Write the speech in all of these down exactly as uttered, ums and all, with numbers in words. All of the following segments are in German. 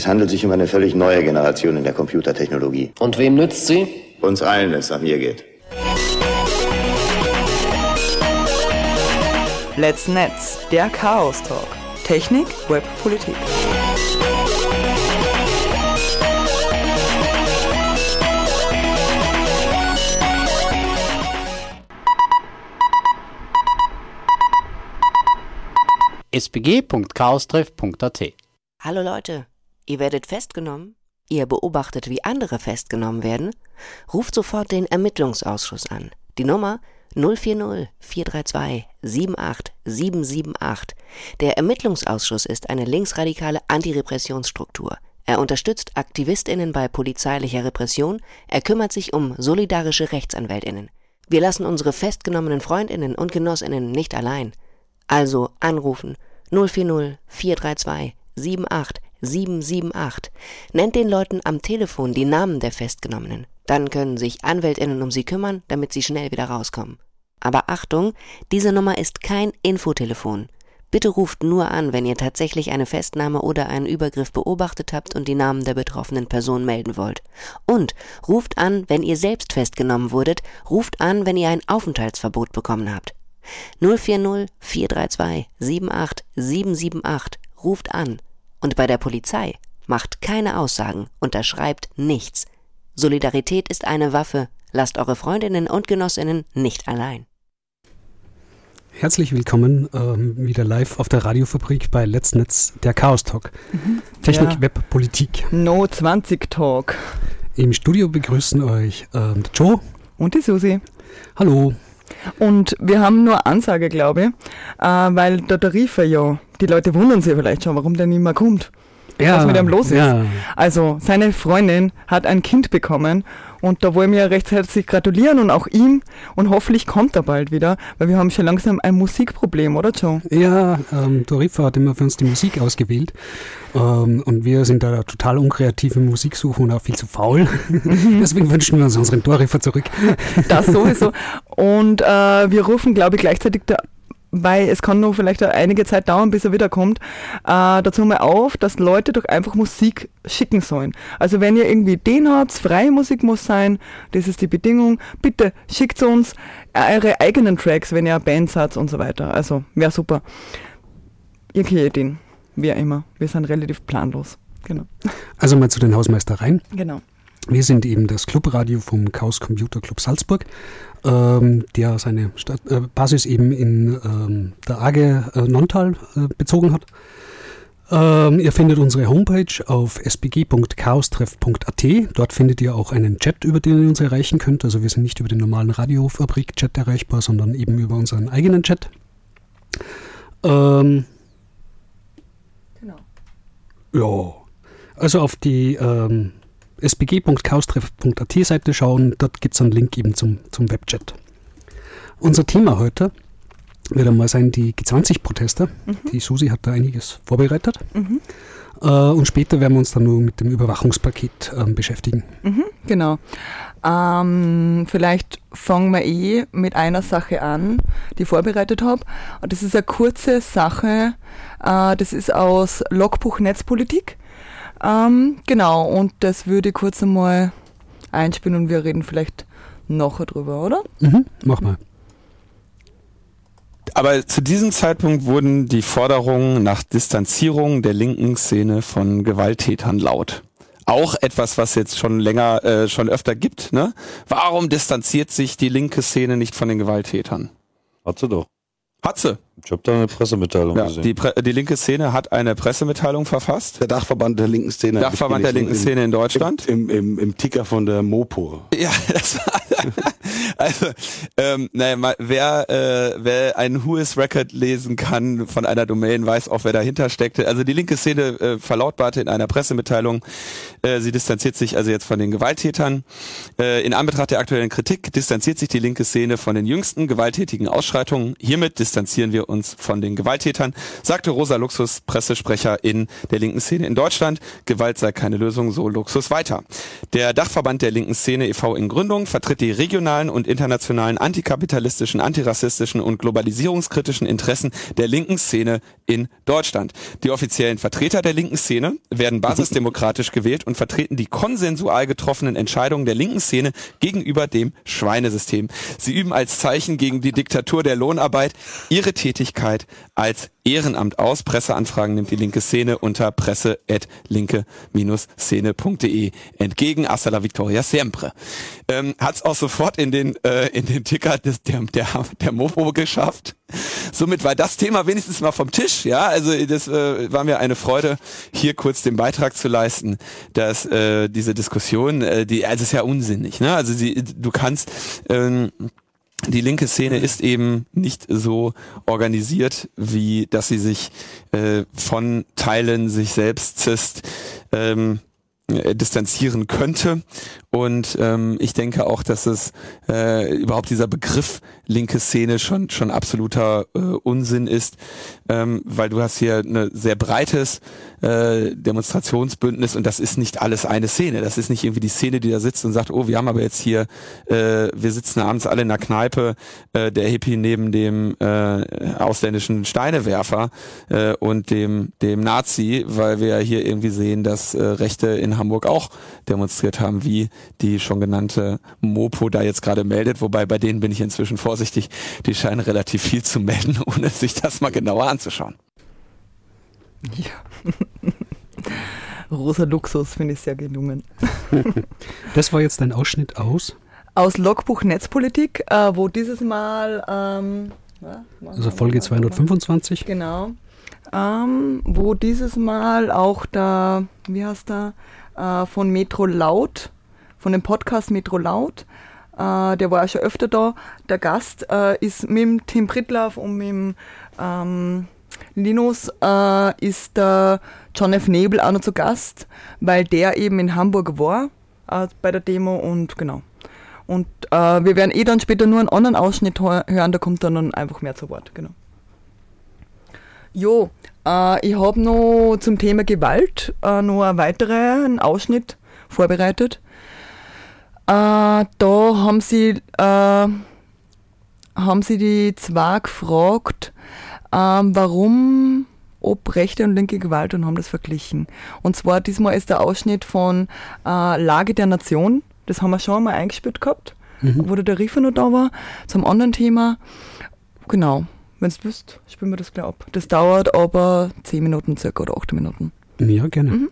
Es handelt sich um eine völlig neue Generation in der Computertechnologie. Und wem nützt sie? Uns allen, wenn es nach mir geht. Let's Netz, der Chaos Talk. Technik, Web, Politik. s b g punkt chaostreff punkt a t. Hallo Leute, ihr werdet festgenommen? Ihr beobachtet, wie andere festgenommen werden? Ruft sofort den Ermittlungsausschuss an. Die Nummer null vier null vier drei zwei sieben acht sieben sieben acht. Der Ermittlungsausschuss ist eine linksradikale Antirepressionsstruktur. Er unterstützt AktivistInnen bei polizeilicher Repression, er kümmert sich um solidarische RechtsanwältInnen. Wir lassen unsere festgenommenen FreundInnen und GenossInnen nicht allein. Also anrufen null vier null vier drei zwei sieben acht sieben sieben acht. Nennt den Leuten am Telefon die Namen der Festgenommenen. Dann können sich AnwältInnen um sie kümmern, damit sie schnell wieder rauskommen. Aber Achtung, diese Nummer ist kein Infotelefon. Bitte ruft nur an, wenn ihr tatsächlich eine Festnahme oder einen Übergriff beobachtet habt und die Namen der betroffenen Person melden wollt. Und ruft an, wenn ihr selbst festgenommen wurdet. Ruft an, wenn ihr ein Aufenthaltsverbot bekommen habt. null vier null vier drei zwei sieben acht sieben sieben acht. Ruft an. Und bei der Polizei macht keine Aussagen, unterschreibt nichts. Solidarität ist eine Waffe. Lasst eure Freundinnen und Genossinnen nicht allein. Herzlich willkommen ähm, wieder live auf der Radiofabrik bei Let's Netz, der Chaos Talk. Mhm. Technik, ja. Web, Politik. No zwanzig Talk. Im Studio begrüßen euch ähm, der Joe und die Susi. Hallo. Und wir haben nur Ansage, glaube ich, äh, weil der Tarifer ja, die Leute wundern sich vielleicht schon, warum der nicht mehr kommt. Ja, was mit ihm los ist. Ja. Also seine Freundin hat ein Kind bekommen und da wollen wir recht herzlich gratulieren und auch ihm und hoffentlich kommt er bald wieder, weil wir haben schon langsam ein Musikproblem, oder Joe? Ja, ähm, Tarifer hat immer für uns die Musik ausgewählt ähm, und wir sind da total unkreative Musiksuche und auch viel zu faul. Mhm. Deswegen wünschen wir uns unseren Tarifer zurück. Das sowieso. Und äh, wir rufen, glaube ich, gleichzeitig der weil es kann noch vielleicht einige Zeit dauern, bis er wiederkommt, äh, dazu mal auf, dass Leute doch einfach Musik schicken sollen. Also wenn ihr irgendwie Ideen habt, freie Musik muss sein, das ist die Bedingung, bitte schickt uns eure eigenen Tracks, wenn ihr Bands habt und so weiter. Also wäre super. Ihr kriegt Ideen, wie immer. Wir sind relativ planlos. Genau. Also mal zu den Hausmeistereien. Genau. Wir sind eben das Clubradio vom Chaos Computer Club Salzburg, ähm, der seine Stadt, äh, Basis eben in ähm, der A G äh, Nonntal äh, bezogen hat. Ähm, ihr findet unsere Homepage auf s b g punkt chaostreff punkt a t. Dort findet ihr auch einen Chat, über den ihr uns erreichen könnt. Also wir sind nicht über den normalen Radiofabrik-Chat erreichbar, sondern eben über unseren eigenen Chat. Ähm, genau. Ja, also auf die ähm, s b g punkt chaostreff punkt a t Seite schauen, dort gibt es einen Link eben zum, zum Webchat. Unser Thema heute wird einmal sein die G zwanzig Proteste. Mhm. Die Susi hat da einiges vorbereitet. Mhm. Äh, und später werden wir uns dann nur mit dem Überwachungspaket ähm, beschäftigen. Mhm, genau. Ähm, vielleicht fangen wir eh mit einer Sache an, die ich vorbereitet habe. Und das ist eine kurze Sache. Äh, das ist aus Logbuch Netzpolitik. Ähm, genau, und das würde ich kurz einmal einspielen und wir reden vielleicht nachher drüber, oder? Mhm, mach mal. Aber zu diesem Zeitpunkt wurden die Forderungen nach Distanzierung der linken Szene von Gewalttätern laut. Auch etwas, was jetzt schon länger, äh, schon öfter gibt, ne? Warum distanziert sich die linke Szene nicht von den Gewalttätern? Hat sie doch. Hat sie. Ich habe da eine Pressemitteilung ja, gesehen. Die, Pre- die linke Szene hat eine Pressemitteilung verfasst. Der Dachverband der linken Szene. Dachverband der linken Szene in Deutschland. Im, im, im Ticker von der Mopo. Ja, das war... Also, ähm, naja, mal, wer, äh, wer einen Whois-Record lesen kann von einer Domain, weiß auch, wer dahinter steckte. Also die linke Szene äh, verlautbarte in einer Pressemitteilung, äh, sie distanziert sich also jetzt von den Gewalttätern. Äh, in Anbetracht der aktuellen Kritik distanziert sich die linke Szene von den jüngsten gewalttätigen Ausschreitungen. Hiermit distanzieren wir wir uns von den Gewalttätern, sagte Rosa Luxus, Pressesprecher in der linken Szene in Deutschland. Gewalt sei keine Lösung, so Luxus weiter. Der Dachverband der linken Szene e V in Gründung vertritt die regionalen und internationalen antikapitalistischen, antirassistischen und globalisierungskritischen Interessen der linken Szene in Deutschland. Die offiziellen Vertreter der linken Szene werden basisdemokratisch gewählt und vertreten die konsensual getroffenen Entscheidungen der linken Szene gegenüber dem Schweinesystem. Sie üben als Zeichen gegen die Diktatur der Lohnarbeit ihre Tätigkeit als Ehrenamt aus. Presseanfragen nimmt die linke Szene unter presse at linke Szene punkt de entgegen. Hasta la Victoria siempre. Ähm, Hat es auch sofort in den äh, in den Ticker des, der, der, der Mopo geschafft. Somit war das Thema wenigstens mal vom Tisch. Ja, also das äh, war mir eine Freude, hier kurz den Beitrag zu leisten, dass äh, diese Diskussion, äh, die, also es ist ja unsinnig. Ne? Also sie, du kannst ähm, die linke Szene ist eben nicht so organisiert, wie dass sie sich äh, von Teilen sich selbst zist, ähm, äh, distanzieren könnte. Und ähm, ich denke auch, dass es äh, überhaupt dieser Begriff linke Szene schon schon absoluter äh, Unsinn ist, ähm, weil du hast hier ein sehr breites äh, Demonstrationsbündnis und das ist nicht alles eine Szene. Das ist nicht irgendwie die Szene, die da sitzt und sagt, oh, wir haben aber jetzt hier, äh, wir sitzen abends alle in der Kneipe, äh, der Hippie neben dem äh, ausländischen Steinewerfer äh, und dem dem Nazi, weil wir hier irgendwie sehen, dass äh, Rechte in Hamburg auch demonstriert haben, wie die schon genannte Mopo da jetzt gerade meldet, wobei bei denen bin ich inzwischen vorsichtig, die scheinen relativ viel zu melden, ohne sich das mal genauer anzuschauen. Ja. Rosa Luxus finde ich sehr gelungen. Das war jetzt ein Ausschnitt aus? Aus Logbuch Netzpolitik, äh, wo dieses Mal ähm, also Folge zweihundertfünfundzwanzig. Genau. Ähm, wo dieses Mal auch der, wie heißt der, äh, von Metro Laut, von dem Podcast Metro Laut, äh, der war ja schon öfter da. Der Gast äh, ist mit dem Tim Prittlaff und mit dem ähm, Linus äh, ist der John F. Nebel auch noch zu Gast, weil der eben in Hamburg war äh, bei der Demo und genau. Und äh, wir werden eh dann später nur einen anderen Ausschnitt hören, da kommt dann einfach mehr zu Wort, genau. Jo, äh, ich habe noch zum Thema Gewalt äh, noch einen weiteren Ausschnitt vorbereitet. Äh, da haben sie, äh, haben sie die zwei gefragt, äh, warum, ob rechte und linke Gewalt, und haben das verglichen. Und zwar diesmal ist der Ausschnitt von äh, Lage der Nation, das haben wir schon mal eingespielt gehabt, mhm. wo der Riefer noch da war, zum anderen Thema. Genau. Wenn du willst, spielen wir das gleich ab. Das dauert aber zehn Minuten circa oder acht Minuten. Ja, gerne. Mhm.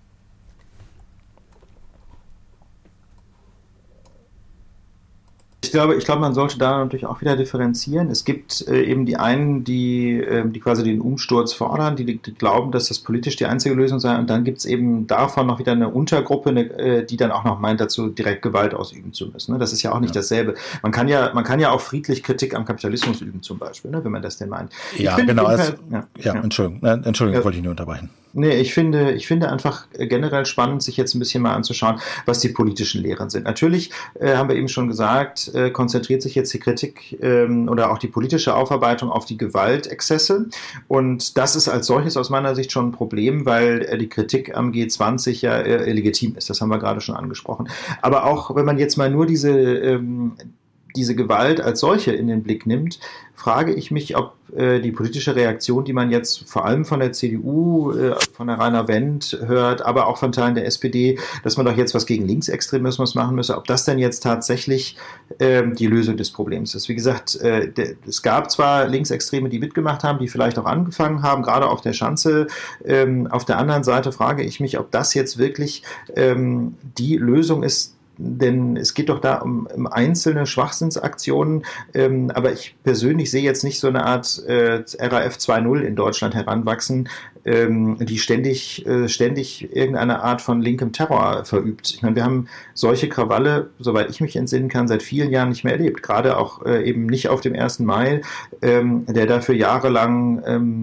Ich glaube, ich glaube, man sollte da natürlich auch wieder differenzieren. Es gibt äh, eben die einen, die, äh, die quasi den Umsturz fordern, die, die glauben, dass das politisch die einzige Lösung sei. Und dann gibt es eben davon noch wieder eine Untergruppe, eine, äh, die dann auch noch meint, dazu direkt Gewalt ausüben zu müssen. Ne? Das ist ja auch nicht ja. dasselbe. Man kann ja, man kann ja auch friedlich Kritik am Kapitalismus üben zum Beispiel, ne? Wenn man das denn meint. Ja, ich genau. Fall, also, ja, ja, ja, Entschuldigung, äh, Entschuldigung, ja. wollte ich nur unterbrechen. Nee, ich finde, ich finde einfach generell spannend, sich jetzt ein bisschen mal anzuschauen, was die politischen Lehren sind. Natürlich, äh, haben wir eben schon gesagt, äh, konzentriert sich jetzt die Kritik ähm, oder auch die politische Aufarbeitung auf die Gewaltexzesse. Und das ist als solches aus meiner Sicht schon ein Problem, weil äh, die Kritik am G zwanzig ja äh, legitim ist. Das haben wir gerade schon angesprochen. Aber auch, wenn man jetzt mal nur diese, ähm, diese Gewalt als solche in den Blick nimmt, frage ich mich, ob äh, die politische Reaktion, die man jetzt vor allem von der C D U, äh, von der Rainer Wendt hört, aber auch von Teilen der S P D, dass man doch jetzt was gegen Linksextremismus machen müsse, ob das denn jetzt tatsächlich äh, die Lösung des Problems ist. Wie gesagt, äh, der, es gab zwar Linksextreme, die mitgemacht haben, die vielleicht auch angefangen haben, gerade auf der Schanze. Ähm, auf der anderen Seite frage ich mich, ob das jetzt wirklich ähm, die Lösung ist, denn es geht doch da um, um einzelne Schwachsinnsaktionen, ähm, aber ich persönlich sehe jetzt nicht so eine Art äh, R A F zwei Punkt null in Deutschland heranwachsen, ähm, die ständig, äh, ständig irgendeine Art von linkem Terror verübt. Ich meine, wir haben solche Krawalle, soweit ich mich entsinnen kann, seit vielen Jahren nicht mehr erlebt, gerade auch äh, eben nicht auf dem ersten Mai, ähm, der dafür jahrelang ähm,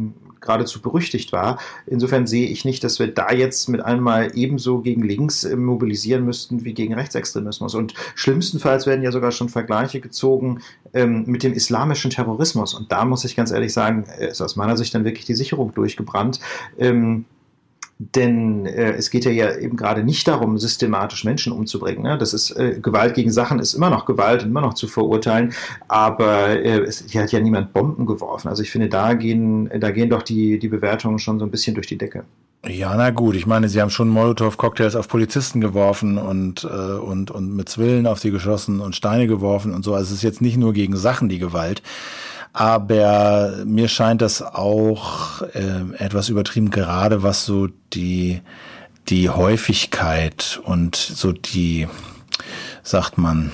geradezu berüchtigt war. Insofern sehe ich nicht, dass wir da jetzt mit einmal ebenso gegen links äh, mobilisieren müssten wie gegen Rechtsextremismus. Und schlimmstenfalls werden ja sogar schon Vergleiche gezogen ähm, mit dem islamischen Terrorismus. Und da muss ich ganz ehrlich sagen, ist aus meiner Sicht dann wirklich die Sicherung durchgebrannt. Ähm, Denn äh, es geht ja, ja eben gerade nicht darum, systematisch Menschen umzubringen. Ne? Das ist äh, Gewalt gegen Sachen ist immer noch Gewalt, immer noch zu verurteilen. Aber äh, es, hier hat ja niemand Bomben geworfen. Also ich finde, da gehen, da gehen doch die die Bewertungen schon so ein bisschen durch die Decke. Ja, na gut. Ich meine, sie haben schon Molotow-Cocktails auf Polizisten geworfen und äh, und und mit Zwillen auf sie geschossen und Steine geworfen und so. Also es ist jetzt nicht nur gegen Sachen die Gewalt. Aber mir scheint das auch äh, etwas übertrieben, gerade was so die die Häufigkeit und so die, sagt man,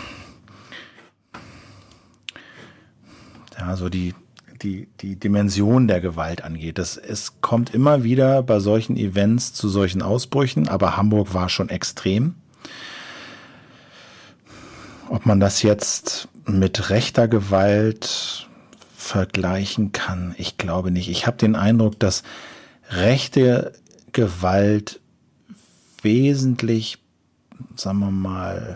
ja, so die die die Dimension der Gewalt angeht. Das, es kommt immer wieder bei solchen Events zu solchen Ausbrüchen, aber Hamburg war schon extrem. Ob man das jetzt mit rechter Gewalt vergleichen kann, ich glaube nicht. Ich habe den Eindruck, dass rechte Gewalt wesentlich, sagen wir mal,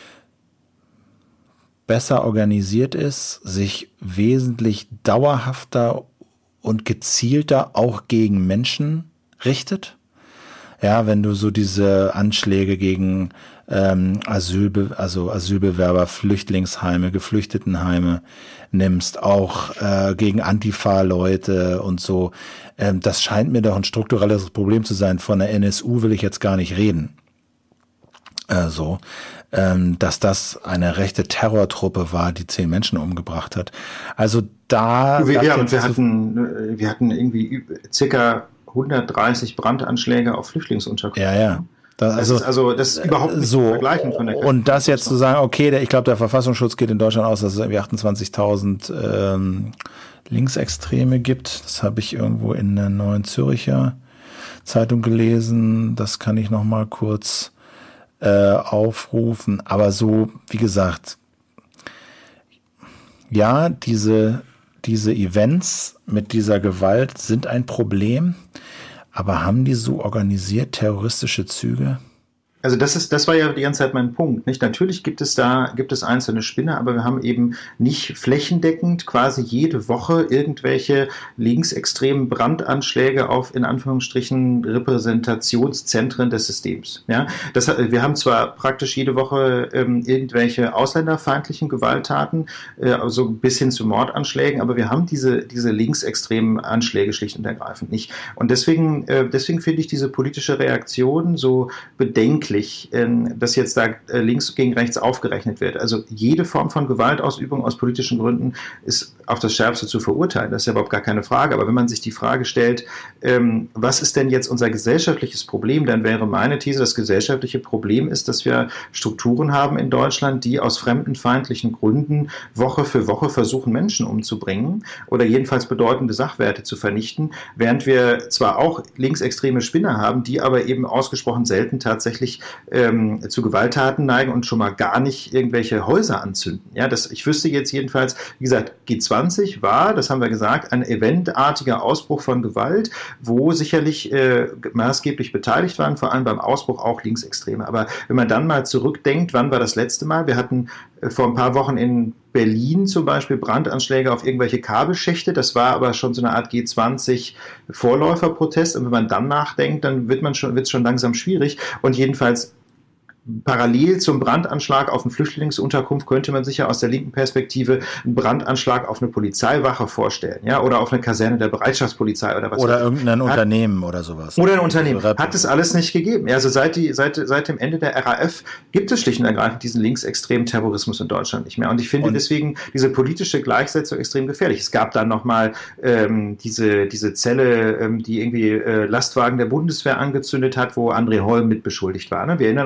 besser organisiert ist, sich wesentlich dauerhafter und gezielter auch gegen Menschen richtet. Ja, wenn du so diese Anschläge gegen ähm, Asylbe also Asylbewerber, Flüchtlingsheime, Geflüchtetenheime nimmst, auch äh, gegen Antifa-Leute und so, ähm, das scheint mir doch ein strukturelles Problem zu sein. Von der N S U will ich jetzt gar nicht reden. Äh, so, ähm, dass das eine rechte Terrortruppe war, die zehn Menschen umgebracht hat. Also da... Wir, ja, und wir hatten, wir hatten irgendwie circa hundertdreißig Brandanschläge auf Flüchtlingsunterkünfte. Ja, ja. Das, also, das ist also das ist überhaupt nicht so, zu vergleichen von der und das jetzt zu sagen, okay, der, ich glaube, der Verfassungsschutz geht in Deutschland aus, dass es irgendwie achtundzwanzigtausend ähm, Linksextreme gibt. Das habe ich irgendwo in der Neuen Zürcher Zeitung gelesen. Das kann ich noch mal kurz äh, aufrufen. Aber so, wie gesagt, ja, diese diese Events mit dieser Gewalt sind ein Problem. Aber haben die so organisiert terroristische Züge? Also das ist, das war ja die ganze Zeit mein Punkt, nicht? Natürlich gibt es da, gibt es einzelne Spinner, aber wir haben eben nicht flächendeckend quasi jede Woche irgendwelche linksextremen Brandanschläge auf, in Anführungsstrichen, Repräsentationszentren des Systems. Ja, das, wir haben zwar praktisch jede Woche ähm, irgendwelche ausländerfeindlichen Gewalttaten, äh, also bis hin zu Mordanschlägen, aber wir haben diese, diese linksextremen Anschläge schlicht und ergreifend nicht. Und deswegen, äh, deswegen finde ich diese politische Reaktion so bedenklich, dass jetzt da links gegen rechts aufgerechnet wird. Also jede Form von Gewaltausübung aus politischen Gründen ist auf das Schärfste zu verurteilen. Das ist ja überhaupt gar keine Frage. Aber wenn man sich die Frage stellt, ähm, was ist denn jetzt unser gesellschaftliches Problem, dann wäre meine These, das gesellschaftliche Problem ist, dass wir Strukturen haben in Deutschland, die aus fremdenfeindlichen Gründen Woche für Woche versuchen, Menschen umzubringen oder jedenfalls bedeutende Sachwerte zu vernichten, während wir zwar auch linksextreme Spinner haben, die aber eben ausgesprochen selten tatsächlich ähm, zu Gewalttaten neigen und schon mal gar nicht irgendwelche Häuser anzünden. Ja, das, ich wüsste jetzt jedenfalls, wie gesagt, G zwanzig war, das haben wir gesagt, ein eventartiger Ausbruch von Gewalt, wo sicherlich äh, maßgeblich beteiligt waren, vor allem beim Ausbruch auch Linksextreme. Aber wenn man dann mal zurückdenkt, wann war das letzte Mal? Wir hatten äh, vor ein paar Wochen in Berlin zum Beispiel Brandanschläge auf irgendwelche Kabelschächte, das war aber schon so eine Art G zwanzig Vorläuferprotest und wenn man dann nachdenkt, dann wird man schon, wird es schon langsam schwierig und jedenfalls parallel zum Brandanschlag auf eine Flüchtlingsunterkunft könnte man sich ja aus der linken Perspektive einen Brandanschlag auf eine Polizeiwache vorstellen, ja, oder auf eine Kaserne der Bereitschaftspolizei oder was. Oder irgendein hat, Unternehmen oder sowas. Oder ein Unternehmen. Hat es alles nicht gegeben. Also seit, die, seit, seit dem Ende der R A F gibt es schlicht und ergreifend diesen linksextremen Terrorismus in Deutschland nicht mehr. Und ich finde und deswegen diese politische Gleichsetzung extrem gefährlich. Es gab dann nochmal ähm, diese, diese Zelle, ähm, die irgendwie äh, Lastwagen der Bundeswehr angezündet hat, wo André Holm mit beschuldigt war. Ne? Wir erinnern uns an diese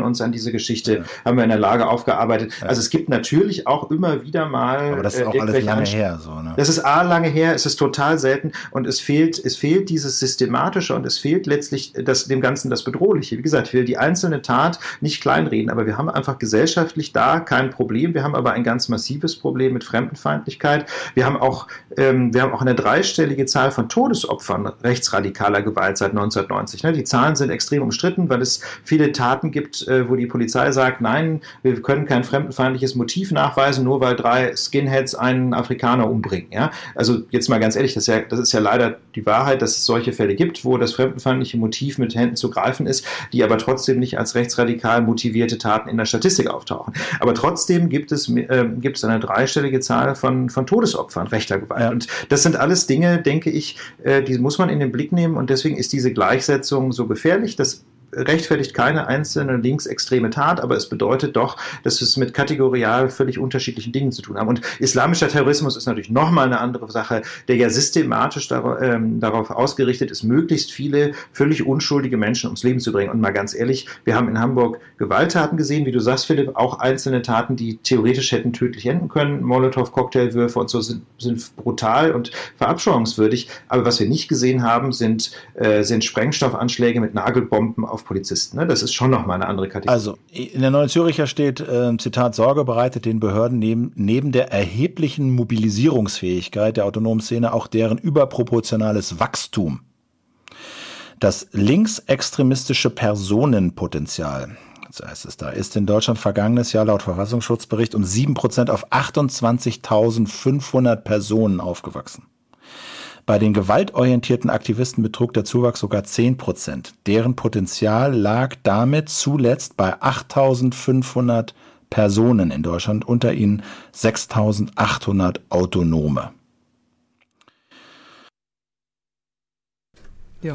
diese Geschichte ja. haben wir in der Lage aufgearbeitet. Ja. Also es gibt natürlich auch immer wieder mal. Aber das ist auch äh, alles lange her, so, ne? Das ist A, lange her, es ist total selten und es fehlt, es fehlt dieses Systematische und es fehlt letztlich das, dem Ganzen das Bedrohliche. Wie gesagt, ich will die einzelne Tat nicht kleinreden, aber wir haben einfach gesellschaftlich da kein Problem. Wir haben aber ein ganz massives Problem mit Fremdenfeindlichkeit. Wir haben auch, ähm, wir haben auch eine dreistellige Zahl von Todesopfern rechtsradikaler Gewalt seit neunzehnhundertneunzig. Ne? Die Zahlen sind extrem umstritten, weil es viele Taten gibt, äh, wo die Polizei sagt, nein, wir können kein fremdenfeindliches Motiv nachweisen, nur weil drei Skinheads einen Afrikaner umbringen. Ja? Also jetzt mal ganz ehrlich, das ist, ja, das ist ja leider die Wahrheit, dass es solche Fälle gibt, wo das fremdenfeindliche Motiv mit Händen zu greifen ist, die aber trotzdem nicht als rechtsradikal motivierte Taten in der Statistik auftauchen. Aber trotzdem gibt es, äh, gibt es eine dreistellige Zahl von, von Todesopfern rechter Gewalt. Ja. Und das sind alles Dinge, denke ich, äh, die muss man in den Blick nehmen und deswegen ist diese Gleichsetzung so gefährlich, dass rechtfertigt keine einzelne linksextreme Tat, aber es bedeutet doch, dass wir es mit kategorial völlig unterschiedlichen Dingen zu tun haben. Und islamischer Terrorismus ist natürlich nochmal eine andere Sache, der ja systematisch dar- ähm, darauf ausgerichtet ist, möglichst viele völlig unschuldige Menschen ums Leben zu bringen. Und mal ganz ehrlich, wir haben in Hamburg Gewalttaten gesehen, wie du sagst, Philipp, auch einzelne Taten, die theoretisch hätten tödlich enden können. Molotow-Cocktailwürfe und so sind, sind brutal und verabscheuungswürdig. Aber was wir nicht gesehen haben, sind, äh, sind Sprengstoffanschläge mit Nagelbomben auf Polizisten. Ne? Das ist schon nochmal eine andere Kategorie. Also in der Neuen Zürcher steht, äh, Zitat, Sorge bereitet den Behörden neben, neben der erheblichen Mobilisierungsfähigkeit der autonomen Szene auch deren überproportionales Wachstum. Das linksextremistische Personenpotenzial, so heißt es da, ist in Deutschland vergangenes Jahr laut Verfassungsschutzbericht um sieben Prozent auf achtundzwanzigtausendfünfhundert Personen aufgewachsen. Bei den gewaltorientierten Aktivisten betrug der Zuwachs sogar zehn Prozent. Deren Potenzial lag damit zuletzt bei achttausendfünfhundert Personen in Deutschland, unter ihnen sechstausendachthundert Autonome. Ja.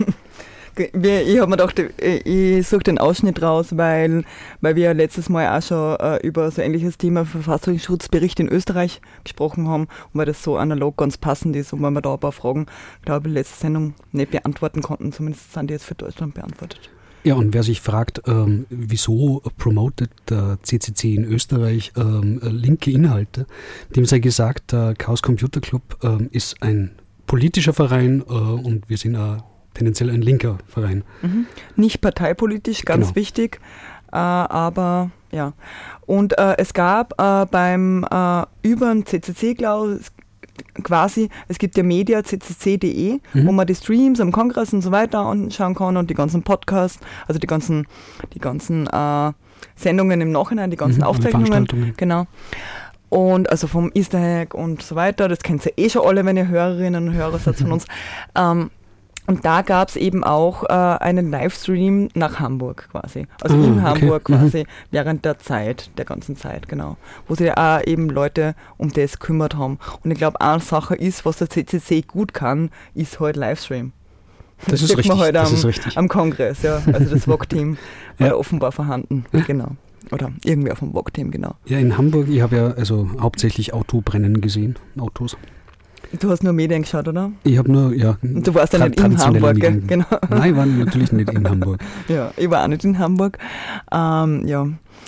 Ich habe mir gedacht, ich suche den Ausschnitt raus, weil, weil wir letztes Mal auch schon äh, über so ein ähnliches Thema Verfassungsschutzbericht in Österreich gesprochen haben und weil das so analog ganz passend ist und weil wir da ein paar Fragen, glaube ich, letzte Sendung nicht beantworten konnten. Zumindest sind die jetzt für Deutschland beantwortet. Ja, und wer sich fragt, ähm, wieso promotet der C C C in Österreich ähm, linke Inhalte, dem sei gesagt, der Chaos Computer Club ähm, ist ein politischer Verein äh, und wir sind ein tendenziell ein linker Verein. Mhm. Nicht parteipolitisch, ganz genau. wichtig, äh, aber ja. Und äh, es gab äh, beim äh, über den C C C, glaube ich, quasi, es gibt ja media c c c punkt d e, mhm. wo man die Streams am Kongress und so weiter anschauen kann und die ganzen Podcasts, also die ganzen, die ganzen äh, Sendungen im Nachhinein, die ganzen mhm, Aufzeichnungen. Genau. Und also vom Easter Egg und so weiter, das kennt ihr eh schon alle, wenn ihr Hörerinnen und Hörer seid von uns. Ähm, Und da gab es eben auch äh, einen Livestream nach Hamburg quasi. Also oh, in okay. Hamburg quasi, mhm. während der Zeit, der ganzen Zeit, genau. Wo sich auch eben Leute um das kümmert haben. Und ich glaube, eine Sache ist, was der C C C gut kann, ist halt Livestream. Das, das ist richtig. Halt das am, ist richtig. am Kongress, ja. Also das V O G-Team war ja. offenbar vorhanden, genau. Oder irgendwie auf dem V O G-Team, genau. Ja, in Hamburg, ich habe ja also hauptsächlich Autobrennen gesehen, Autos. Du hast nur Medien geschaut, oder? Ich habe nur, ja. Und du warst ja nicht in Hamburg, gell? Genau. Nein, ich war natürlich nicht in Hamburg. Ja, ich war auch nicht in Hamburg. Ähm, ja.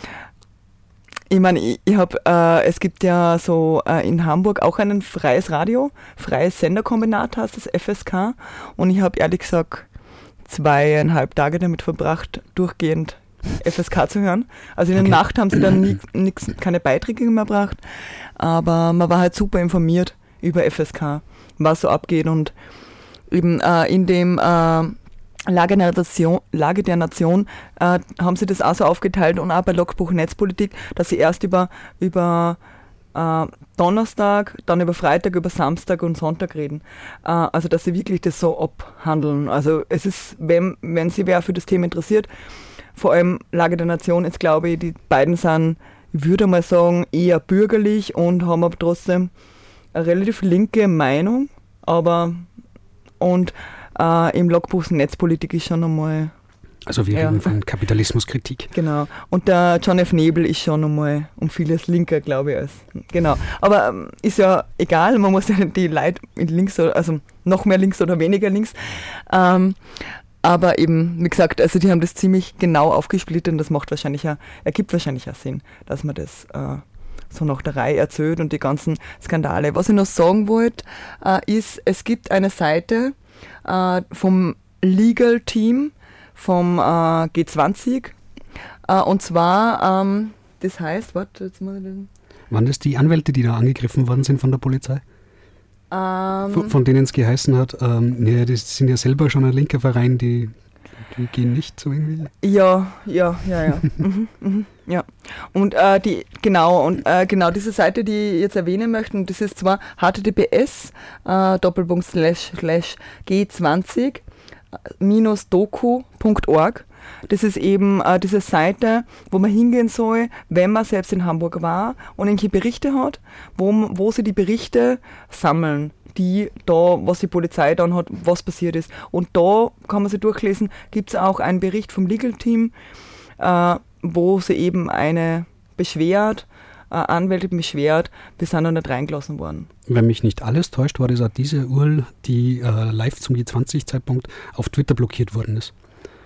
Ich meine, ich, ich habe, äh, es gibt ja so äh, in Hamburg auch ein freies Radio, freies Senderkombinat heißt das, F S K. Und ich habe ehrlich gesagt zweieinhalb Tage damit verbracht, durchgehend F S K zu hören. Also in der okay. Nacht haben sie dann nie, nix, keine Beiträge mehr gebracht, aber man war halt super informiert über F S K, was so abgeht und eben äh, in dem äh, Lage der Nation, Lage der Nation äh, haben sie das auch so aufgeteilt und auch bei Logbuch Netzpolitik, dass sie erst über, über äh, Donnerstag, dann über Freitag, über Samstag und Sonntag reden. Äh, also dass sie wirklich das so abhandeln. Also es ist, wenn, wenn sich wer für das Thema interessiert, vor allem Lage der Nation ist, glaube ich, die beiden sind, ich würde mal sagen, eher bürgerlich und haben aber trotzdem eine relativ linke Meinung, aber und äh, im Logbuch Netzpolitik ist schon einmal. Also wir reden ja. von Kapitalismuskritik. Genau. Und der John F. Nebel ist schon einmal um vieles linker, glaube ich. Als, genau. Aber ähm, ist ja egal, man muss ja die Leute mit links, oder, also noch mehr links oder weniger links. Ähm, aber eben, wie gesagt, also die haben das ziemlich genau aufgesplittet und das macht wahrscheinlich auch, ergibt wahrscheinlich auch Sinn, dass man das äh, so nach der Reihe erzählt und die ganzen Skandale. Was ich noch sagen wollte, äh, ist, es gibt eine Seite äh, vom Legal Team vom äh, G zwanzig äh, und zwar, ähm, das heißt, warte, jetzt muss ich den... Waren das die Anwälte, die da angegriffen worden sind von der Polizei? Ähm, von, von denen es geheißen hat, ähm, nee, die sind ja selber schon ein linker Verein, die, die gehen nicht so irgendwie. Ja, ja, ja, ja. mhm, mhm, ja. Und äh, die, genau, und äh, genau diese Seite, die ich jetzt erwähnen möchte, und das ist zwar h t t p s äh, Doppelpunkt slash slash g zwanzig minus doku punkt org. Das ist eben äh, diese Seite, wo man hingehen soll, wenn man selbst in Hamburg war und irgendwelche Berichte hat, wo, wo sie die Berichte sammeln, die da, was die Polizei dann hat, was passiert ist. Und da kann man sich durchlesen, gibt es auch einen Bericht vom Legal Team, äh, wo sie eben eine beschwert, äh, Anwältin beschwert, wir sind noch nicht reingelassen worden. Wenn mich nicht alles täuscht, war das auch diese U R L, die äh, live zum G zwanzig Zeitpunkt auf Twitter blockiert worden ist.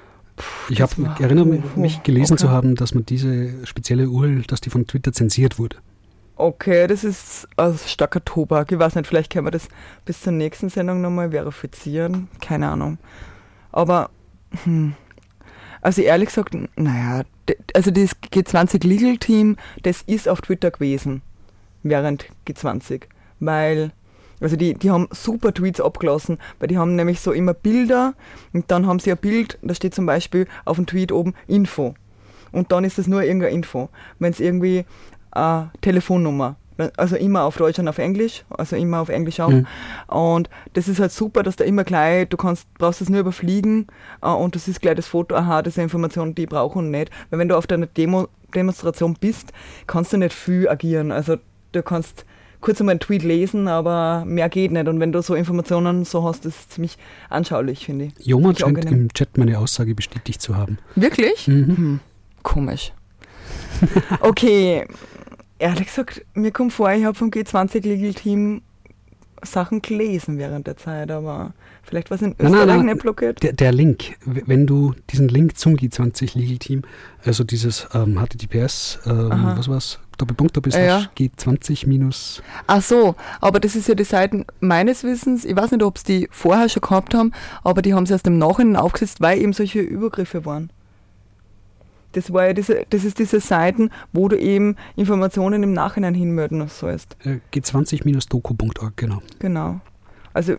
Ich habe erinnere mich gelesen okay. zu haben, dass man diese spezielle U R L, dass die von Twitter zensiert wurde. Okay, das ist ein starker Tobak. Ich weiß nicht, vielleicht können wir das bis zur nächsten Sendung nochmal verifizieren. Keine Ahnung. Aber, hm, also ehrlich gesagt, naja, also das G zwanzig Legal Team, das ist auf Twitter gewesen, während G zwanzig, weil... Also die, die haben super Tweets abgelassen, weil die haben nämlich so immer Bilder und dann haben sie ein Bild, da steht zum Beispiel auf dem Tweet oben Info und dann ist das nur irgendeine Info. Wenn es irgendwie äh, Telefonnummer, also immer auf Deutsch und auf Englisch, also immer auf Englisch auch. Mhm. Und das ist halt super, dass da immer gleich, du kannst, brauchst das nur überfliegen äh, und das ist gleich das Foto, aha, das ist eine Information, die ich brauche und nicht. Weil wenn du auf deiner Demo, Demonstration bist, kannst du nicht viel agieren. Also du kannst kurz einmal einen Tweet lesen, aber mehr geht nicht. Und wenn du so Informationen so hast, ist es ziemlich anschaulich, finde ich. Joman scheint im Chat meine Aussage bestätigt zu haben. Wirklich? Mhm. Hm. Komisch. Okay, ehrlich gesagt, mir kommt vor, ich habe vom G zwanzig Legal Team Sachen gelesen während der Zeit, aber vielleicht was in Österreich nein, nein, nein, nicht blockiert. Der, der Link, wenn du diesen Link zum G zwanzig Legal Team, also dieses ähm, H T T P S, ähm, was war's? Doppelpunkt, Doppelpunkt, ja. G zwanzig minus. Ach so, aber das ist ja die Seiten meines Wissens, ich weiß nicht, ob es die vorher schon gehabt haben, aber die haben sie erst im Nachhinein aufgesetzt, weil eben solche Übergriffe waren. Das war ja diese, das ist diese Seiten, wo du eben Informationen im Nachhinein hinmelden sollst. G zwanzig minus doku punkt org, genau. Genau. Also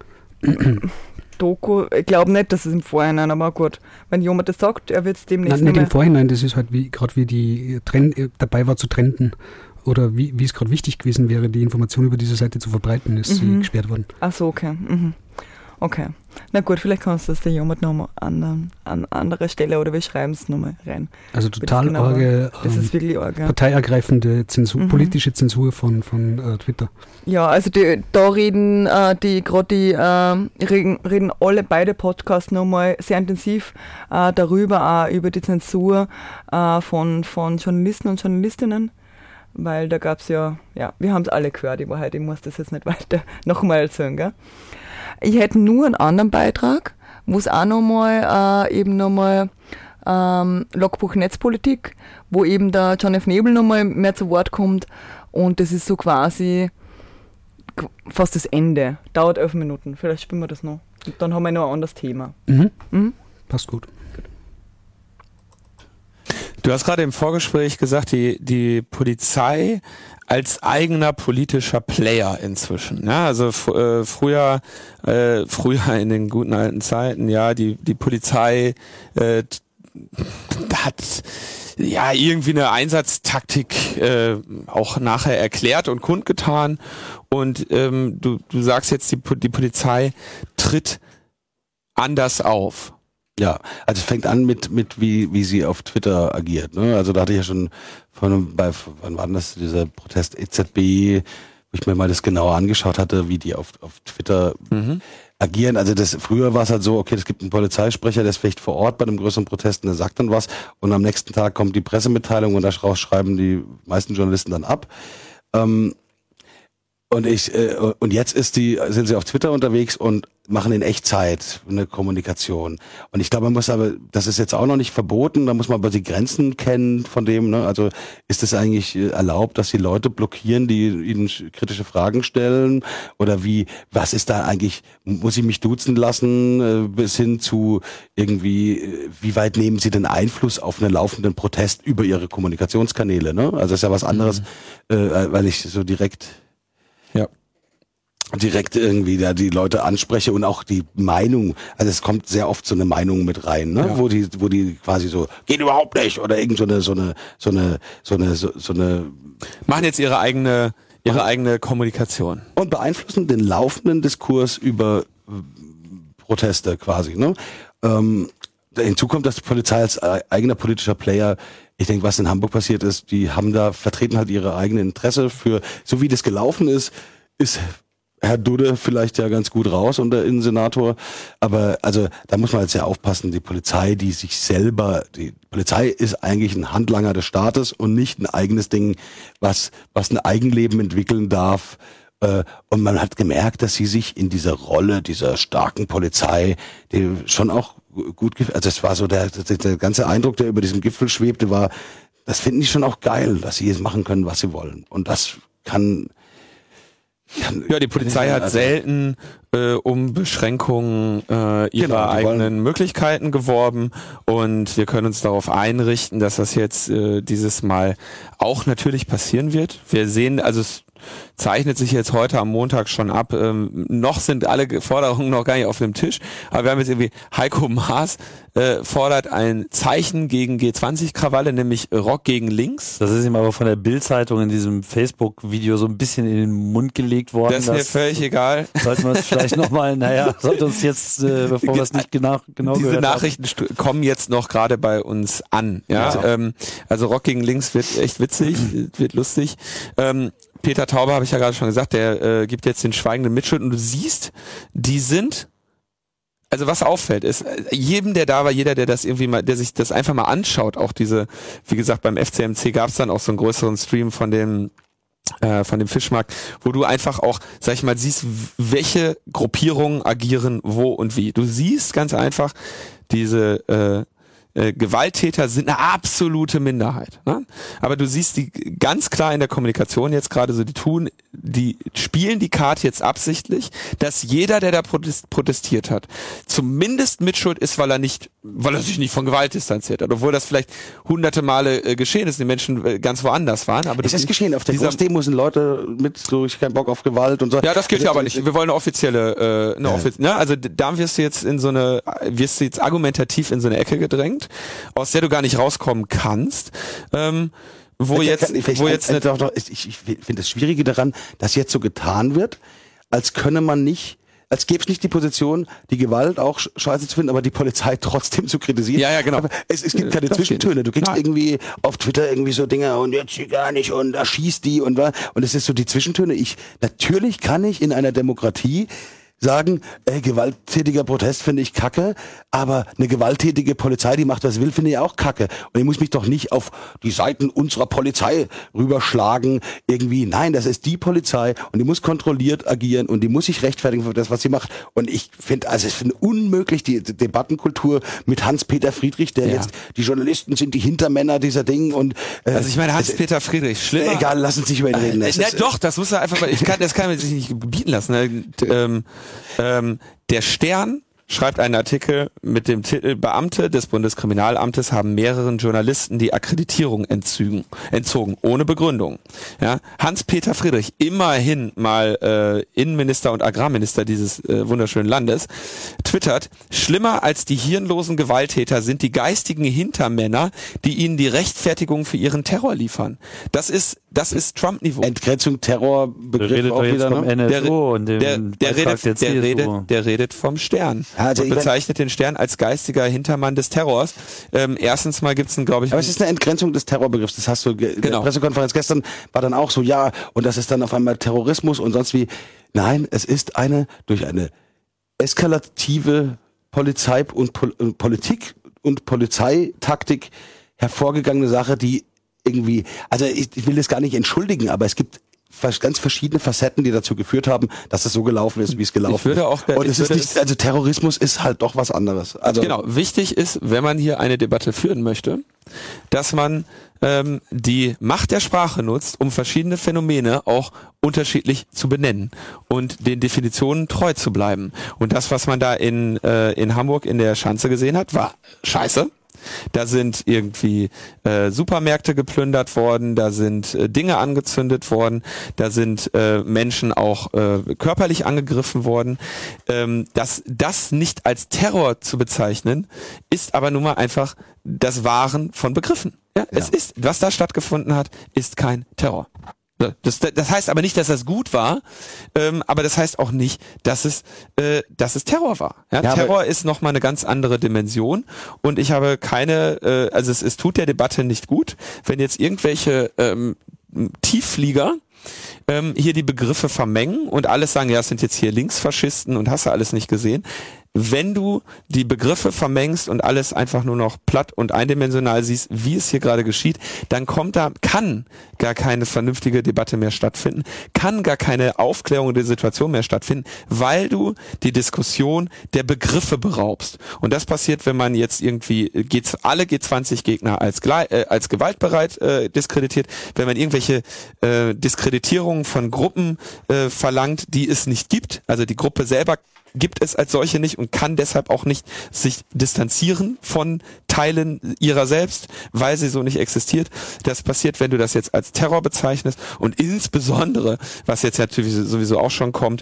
Doku, ich glaube nicht, dass es im Vorhinein, aber gut, wenn jemand das sagt, er wird es demnächst Nein, nicht im Vorhinein, das ist halt wie gerade wie die Trend, dabei war zu trenden oder wie, wie es gerade wichtig gewesen wäre, die Information über diese Seite zu verbreiten, ist mhm. sie gesperrt worden. Ach so, okay. Mhm. Okay. Na gut, vielleicht kannst du das der jemand nochmal an, an anderer Stelle oder wir schreiben es nochmal rein. Also total genau arge, das ist wirklich arge. Parteiergreifende Zensur, mhm. politische Zensur von, von äh, Twitter. Ja, also die, da reden äh, die gerade die äh, reden, reden alle beide Podcasts nochmal sehr intensiv äh, darüber, auch über die Zensur äh, von, von Journalisten und Journalistinnen. Weil da gab es ja, ja, wir haben es alle gehört, ich, halt, ich muss das jetzt nicht weiter nochmal erzählen, gell? Ich hätte nur einen anderen Beitrag, wo es auch nochmal, äh, eben nochmal ähm, Logbuch Netzpolitik, wo eben der John F. Nebel nochmal mehr zu Wort kommt und das ist so quasi fast das Ende. Dauert elf Minuten, vielleicht spielen wir das noch. Und dann haben wir noch ein anderes Thema. Mhm. Mhm. Passt gut. Du hast gerade im Vorgespräch gesagt, die, die Polizei als eigener politischer Player inzwischen. Ja, also äh, früher, äh, früher in den guten alten Zeiten, ja, die die Polizei äh, hat ja irgendwie eine Einsatztaktik äh, auch nachher erklärt und kundgetan. Und ähm, du du sagst jetzt, die die Polizei tritt anders auf. Ja, also es fängt an mit mit wie wie sie auf Twitter agiert. Ne? Also da hatte ich ja schon von bei wann war das dieser Protest E Z B, wo ich mir mal das genauer angeschaut hatte, wie die auf auf Twitter mhm. agieren. Also das früher war es halt so, okay, es gibt einen Polizeisprecher, der ist vielleicht vor Ort bei einem größeren Protest und der sagt dann was und am nächsten Tag kommt die Pressemitteilung und daraus schreiben die meisten Journalisten dann ab. Ähm, und ich äh, und jetzt ist die sind sie auf Twitter unterwegs und machen in Echtzeit eine Kommunikation. Und ich glaube, man muss aber, das ist jetzt auch noch nicht verboten, da muss man aber die Grenzen kennen von dem, ne? Also ist es eigentlich erlaubt, dass die Leute blockieren, die ihnen kritische Fragen stellen? Oder wie, was ist da eigentlich, muss ich mich duzen lassen, bis hin zu irgendwie, wie weit nehmen sie den Einfluss auf einen laufenden Protest über ihre Kommunikationskanäle, ne? Also das ist ja was anderes, mhm. äh, weil ich so direkt, ja. direkt irgendwie da die Leute anspreche und auch die Meinung, also es kommt sehr oft so eine Meinung mit rein, ne, ja. wo die, wo die quasi so, geht überhaupt nicht, oder irgend so eine, so eine, so eine, so eine, so, so eine, machen jetzt ihre eigene, ihre eigene Kommunikation. Und beeinflussen den laufenden Diskurs über Proteste quasi, ne. Ähm, hinzu kommt, dass die Polizei als eigener politischer Player, ich denke, was in Hamburg passiert ist, die haben da, vertreten halt ihre eigene Interesse für, so wie das gelaufen ist, ist Herr Dudde vielleicht ja ganz gut raus und der Innensenator, aber also da muss man jetzt sehr aufpassen, die Polizei, die sich selber, die Polizei ist eigentlich ein Handlanger des Staates und nicht ein eigenes Ding, was was ein Eigenleben entwickeln darf. Und man hat gemerkt, dass sie sich in dieser Rolle dieser starken Polizei, die schon auch gut, also es war so der, der, der ganze Eindruck, der über diesem Gipfel schwebte, war, das finden die schon auch geil, dass sie jetzt machen können, was sie wollen. Und das kann Ja, die Polizei hat selten äh, um Beschränkungen äh, ihrer genau, eigenen Möglichkeiten geworben und wir können uns darauf einrichten, dass das jetzt äh, dieses Mal auch natürlich passieren wird. Wir sehen, also es zeichnet sich jetzt heute am Montag schon ab. Ähm, noch sind alle Forderungen noch gar nicht auf dem Tisch, aber wir haben jetzt irgendwie Heiko Maas äh, fordert ein Zeichen gegen G zwanzig Krawalle, nämlich Rock gegen links. Das ist ihm aber von der Bild-Zeitung in diesem Facebook-Video so ein bisschen in den Mund gelegt worden. Das ist mir völlig egal. Sollten wir uns vielleicht nochmal, naja, sollte uns jetzt, äh, bevor wir es nicht genau, genau Diese gehört Nachrichten haben. kommen jetzt noch gerade bei uns an. Ja, ja. Ähm, also Rock gegen links wird echt witzig, wird lustig. Ähm, Peter Tauber, habe ich ja gerade schon gesagt, der äh, gibt jetzt den schweigenden Mitschuld und du siehst, die sind, also was auffällt ist, jedem, der da war, jeder, der das irgendwie mal, der sich das einfach mal anschaut, auch diese, wie gesagt, beim F C M C gab es dann auch so einen größeren Stream von dem äh, von dem Fischmarkt, wo du einfach auch, sag ich mal, siehst, welche Gruppierungen agieren wo und wie. Du siehst ganz einfach diese äh, Äh, Gewalttäter sind eine absolute Minderheit. Ne? Aber du siehst die ganz klar in der Kommunikation jetzt gerade so, die tun, die spielen die Karte jetzt absichtlich, dass jeder, der da protestiert hat, zumindest Mitschuld ist, weil er nicht, weil er sich nicht von Gewalt distanziert hat, obwohl das vielleicht hunderte Male äh, geschehen ist, die Menschen äh, ganz woanders waren. Aber es ist geschehen, auf der Großdemo sind Leute mit so, ich keinen Bock auf Gewalt und so. Ja, das geht ja aber nicht. Wir wollen eine offizielle, äh, eine ja. offiz- ne? Also da wirst du jetzt in so eine, wirst du jetzt argumentativ in so eine Ecke gedrängt, aus der du gar nicht rauskommen kannst. Ähm, wo ich jetzt, kann, ich, wo ich, jetzt, ich, ich, ich finde das Schwierige daran, dass jetzt so getan wird, als könne man nicht, als gäbe es nicht die Position, die Gewalt auch scheiße zu finden, aber die Polizei trotzdem zu kritisieren. Ja, ja, genau. Aber es, es gibt keine das Zwischentöne. Du kriegst Nein. irgendwie auf Twitter irgendwie so Dinge und jetzt hier gar nicht und da schießt die und was. Und es ist so die Zwischentöne. Ich, natürlich kann ich in einer Demokratie sagen, ey, gewalttätiger Protest finde ich kacke, aber eine gewalttätige Polizei, die macht, was will, finde ich auch kacke. Und ich muss mich doch nicht auf die Seiten unserer Polizei rüberschlagen, irgendwie. Nein, das ist die Polizei und die muss kontrolliert agieren und die muss sich rechtfertigen für das, was sie macht. Und ich finde, also ich finde unmöglich die Debattenkultur mit Hans-Peter Friedrich, der ja. jetzt, die Journalisten sind die Hintermänner dieser Dinge und äh, also ich meine, Hans-Peter Friedrich, schlimmer. Egal, lass uns nicht über ihn reden. Äh, na, doch, das muss er einfach, ich kann, das kann man sich nicht bieten lassen. Ne? Ähm, Ähm, der Stern schreibt einen Artikel mit dem Titel Beamte des Bundeskriminalamtes haben mehreren Journalisten die Akkreditierung entzügen, entzogen, ohne Begründung. Ja, Hans-Peter Friedrich, immerhin mal äh, Innenminister und Agrarminister dieses äh, wunderschönen Landes, twittert, schlimmer als die hirnlosen Gewalttäter sind die geistigen Hintermänner, die ihnen die Rechtfertigung für ihren Terror liefern. Das ist das ist Trump-Niveau. Entgrenzung, Terrorbegriff auch wieder, vom ne? N S O und dem der, der, redet, der, der, redet, der redet vom Stern. Also und bezeichnet den Stern als geistiger Hintermann des Terrors. Ähm, erstens mal gibt's einen, glaube ich... Aber es ist eine Entgrenzung des Terrorbegriffs. Das hast du ge- in genau. der Pressekonferenz gestern war dann auch so, ja, und das ist dann auf einmal Terrorismus und sonst wie. Nein, es ist eine durch eine eskalative Polizei und Pol- Politik und Polizeitaktik hervorgegangene Sache, die irgendwie, also ich, ich will das gar nicht entschuldigen, aber es gibt ganz verschiedene Facetten, die dazu geführt haben, dass es so gelaufen ist, wie es gelaufen ich würde auch, ist. Und ich es ist würde nicht, also Terrorismus ist halt doch was anderes. Also genau, wichtig ist, wenn man hier eine Debatte führen möchte, dass man ähm, die Macht der Sprache nutzt, um verschiedene Phänomene auch unterschiedlich zu benennen und den Definitionen treu zu bleiben. Und das, was man da in, äh, in Hamburg in der Schanze gesehen hat, war scheiße. Da sind irgendwie äh, Supermärkte geplündert worden, da sind äh, Dinge angezündet worden, da sind äh, Menschen auch äh, körperlich angegriffen worden. Ähm, das, das nicht als Terror zu bezeichnen, ist aber nun mal einfach das Wahren von Begriffen. Ja, ja. Es ist, was da stattgefunden hat, ist kein Terror. Das, das heißt aber nicht, dass das gut war, ähm, aber das heißt auch nicht, dass es, äh, dass es Terror war. Ja, ja, Terror ist nochmal eine ganz andere Dimension und ich habe keine, äh, also es, es tut der Debatte nicht gut, wenn jetzt irgendwelche ähm, Tiefflieger ähm, hier die Begriffe vermengen und alles sagen, ja, es sind jetzt hier Linksfaschisten und hast du alles nicht gesehen. Wenn du die Begriffe vermengst und alles einfach nur noch platt und eindimensional siehst, wie es hier gerade geschieht, dann kommt da, kann gar keine vernünftige Debatte mehr stattfinden, kann gar keine Aufklärung der Situation mehr stattfinden, weil du die Diskussion der Begriffe beraubst. Und das passiert, wenn man jetzt irgendwie G, alle G zwanzig Gegner als, äh, als gewaltbereit äh, diskreditiert, wenn man irgendwelche äh, Diskreditierungen von Gruppen äh, verlangt, die es nicht gibt, also die Gruppe selber gibt es als solche nicht und kann deshalb auch nicht sich distanzieren von Teilen ihrer selbst, weil sie so nicht existiert. Das passiert, wenn du das jetzt als Terror bezeichnest und insbesondere, was jetzt natürlich sowieso auch schon kommt,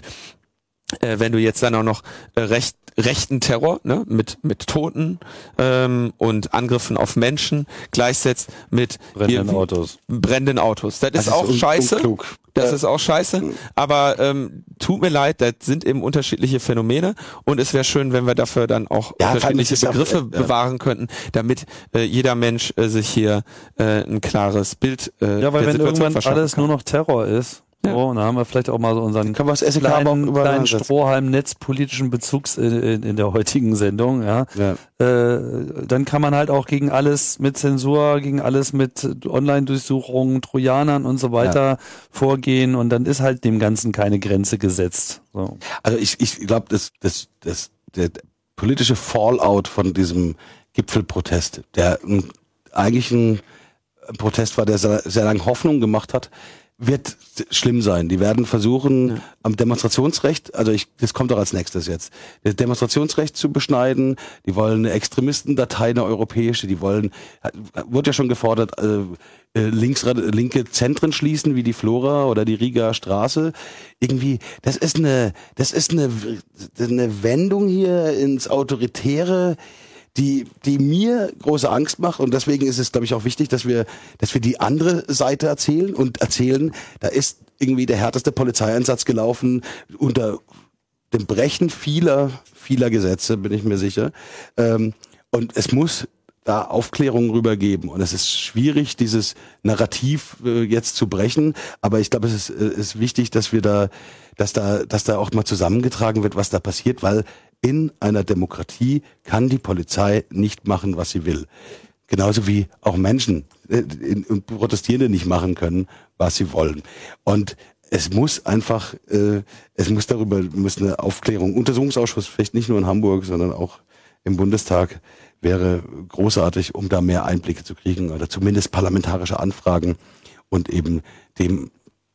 äh, wenn du jetzt dann auch noch äh, recht rechten Terror, ne, mit mit Toten ähm, und Angriffen auf Menschen gleichsetzt mit brennenden Autos. Brennenden Autos. Das, das ist auch un- scheiße. Unklug. Das äh, ist auch scheiße. Aber ähm, tut mir leid, das sind eben unterschiedliche Phänomene und es wäre schön, wenn wir dafür dann auch ja, unterschiedliche Begriffe auch, äh, bewahren könnten, damit äh, jeder Mensch äh, sich hier äh, ein klares Bild äh, ja, weil der wenn Situation irgendwann verschaffen alles kann. nur noch Terror ist, Ja. so, und dann haben wir vielleicht auch mal so unseren Kann man das S E K aber auch kleinen, überall kleinen ansetzen. Strohhalm netzpolitischen Bezugs in, in, in der heutigen Sendung, ja. Ja. Äh, dann kann man halt auch gegen alles mit Zensur, gegen alles mit Online-Durchsuchungen, Trojanern und so weiter ja. vorgehen und dann ist halt dem Ganzen keine Grenze gesetzt. So. Also ich, ich glaube, das, das, das, der politische Fallout von diesem Gipfelprotest, der ein, eigentlich ein Protest war, der sehr, sehr lange Hoffnung gemacht hat, wird schlimm sein. Die werden versuchen, ja. am Demonstrationsrecht, also ich, das kommt doch als nächstes jetzt, das Demonstrationsrecht zu beschneiden. Die wollen eine Extremistendatei, eine europäische, die wollen, wurde ja schon gefordert, äh, links, linke Zentren schließen, wie die Flora oder die Riga Straße. Irgendwie, das ist eine, das ist eine, eine Wendung hier ins Autoritäre, die, die mir große Angst macht und deswegen ist es, glaube ich, auch wichtig, dass wir, dass wir die andere Seite erzählen und erzählen, da ist irgendwie der härteste Polizeieinsatz gelaufen unter dem Brechen vieler, vieler Gesetze, bin ich mir sicher. Ähm, und es muss da Aufklärung rübergeben und es ist schwierig, dieses Narrativ äh, jetzt zu brechen, aber ich glaube, es ist, äh, ist wichtig, dass wir da, dass da, dass da auch mal zusammengetragen wird, was da passiert, weil in einer Demokratie kann die Polizei nicht machen, was sie will. Genauso wie auch Menschen äh, und Protestierende nicht machen können, was sie wollen. Und es muss einfach, äh, es muss darüber, muss eine Aufklärung, Untersuchungsausschuss, vielleicht nicht nur in Hamburg, sondern auch im Bundestag, wäre großartig, um da mehr Einblicke zu kriegen oder zumindest parlamentarische Anfragen und eben dem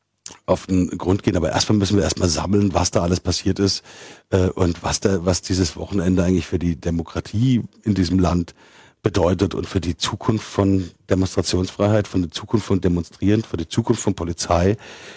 auf den Grund gehen. Aber erstmal müssen wir erstmal sammeln, was da alles passiert ist äh, und was da, was dieses Wochenende eigentlich für die Demokratie in diesem Land bedeutet und für die Zukunft von Demonstrationsfreiheit, von der Zukunft von Demonstrieren, für die Zukunft von Polizei.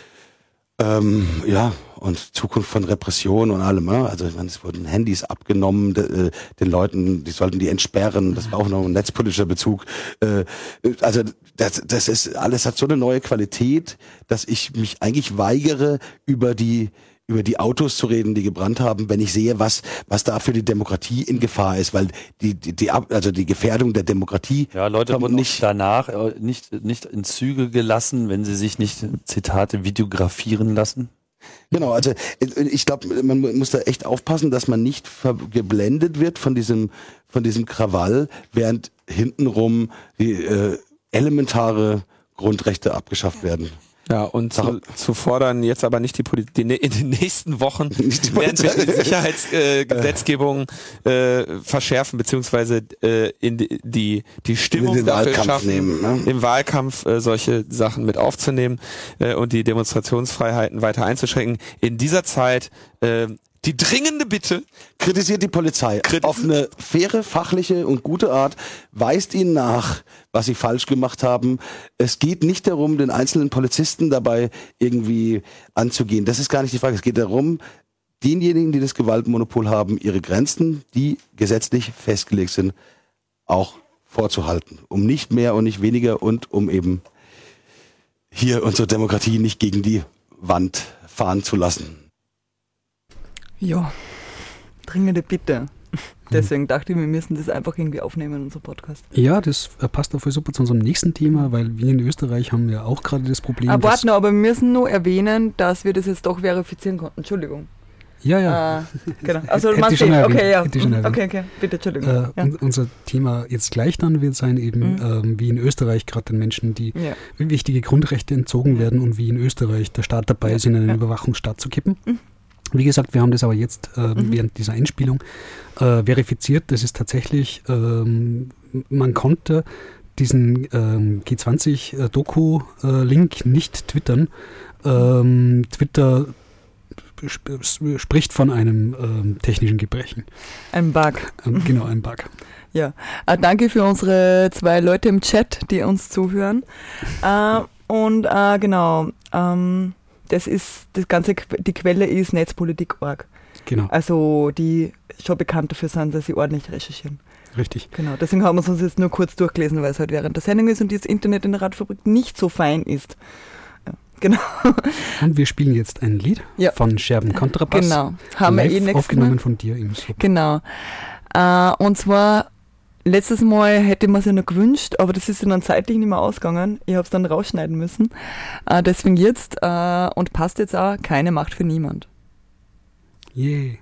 Ähm, ja, und Zukunft von Repression und allem. Ja? Also ich meine, es wurden Handys abgenommen, de, den Leuten, die sollten die entsperren, das war auch noch ein netzpolitischer Bezug. Äh, also das, das ist alles hat so eine neue Qualität, dass ich mich eigentlich weigere, über die über die Autos zu reden, die gebrannt haben, wenn ich sehe, was was da für die Demokratie in Gefahr ist, weil die die, die also die Gefährdung der Demokratie ja Leute wurden nicht danach nicht nicht in Züge gelassen, wenn sie sich nicht Zitate videografieren lassen. Genau, also ich glaube, man muss da echt aufpassen, dass man nicht geblendet wird von diesem von diesem Krawall, während hintenrum die äh, elementare Grundrechte abgeschafft werden. Ja, und zu, zu fordern, jetzt aber nicht die Politik, in den nächsten Wochen werden wir die Sicherheitsgesetzgebung äh, äh, verschärfen, beziehungsweise äh, in die, die, die Stimmung dafür schaffen, nehmen, ne? im Wahlkampf äh, solche Sachen mit aufzunehmen äh, und die Demonstrationsfreiheiten weiter einzuschränken. In dieser Zeit äh, die dringende Bitte. Kritisiert die Polizei Kritis- auf eine faire, fachliche und gute Art, weist ihnen nach, was sie falsch gemacht haben. Es geht nicht darum, den einzelnen Polizisten dabei irgendwie anzugehen. Das ist gar nicht die Frage. Es geht darum, denjenigen, die das Gewaltmonopol haben, ihre Grenzen, die gesetzlich festgelegt sind, auch vorzuhalten. Um nicht mehr und nicht weniger und um eben hier unsere Demokratie nicht gegen die Wand fahren zu lassen. Ja, dringende Bitte. Deswegen dachte ich, wir müssen das einfach irgendwie aufnehmen in unserem Podcast. Ja, das passt auch voll super zu unserem nächsten Thema, weil wir in Österreich haben ja auch gerade das Problem. Aber warte noch, aber wir müssen nur erwähnen, dass wir das jetzt doch verifizieren konnten. Entschuldigung. Ja, ja. Äh, genau. Also Hätte machst ich schon du, erwähnt. okay, ja. Hätte ich schon erwähnt. Okay, okay, bitte, Entschuldigung. Äh, ja. un- unser Thema jetzt gleich dann wird sein eben, Mhm. ähm, wie in Österreich gerade den Menschen die Ja. wichtige Grundrechte entzogen werden und wie in Österreich der Staat dabei ist, in einen Ja. Überwachungsstaat zu kippen. Mhm. Wie gesagt, wir haben das aber jetzt äh, Mhm. während dieser Einspielung äh, verifiziert. Das ist tatsächlich, ähm, man konnte diesen ähm, G zwanzig-Doku-Link nicht twittern. Ähm, Twitter sp- spricht von einem ähm, technischen Gebrechen. Ein Bug. Ähm, genau, ein Bug. Ja, äh, danke für unsere zwei Leute im Chat, die uns zuhören. Äh, und äh, genau, ähm, das ist, das Ganze, die Quelle ist netzpolitik punkt org. Genau. Also die schon bekannt dafür sind, dass sie ordentlich recherchieren. Richtig. Genau, deswegen haben wir es uns jetzt nur kurz durchgelesen, weil es halt während der Sendung ist und das Internet in der Radiofabrik nicht so fein ist. Ja, genau. Und wir spielen jetzt ein Lied Ja. von Scherben Kontrabass. Genau, haben wir live eh nächstes aufgenommen Mal. von dir im Slop. Genau. Äh, und zwar, letztes Mal hätte man es ja noch gewünscht, aber das ist ja dann zeitlich nicht mehr ausgegangen. Ich habe es dann rausschneiden müssen. Äh, deswegen jetzt, äh, und passt jetzt auch, keine Macht für niemand. Yeah.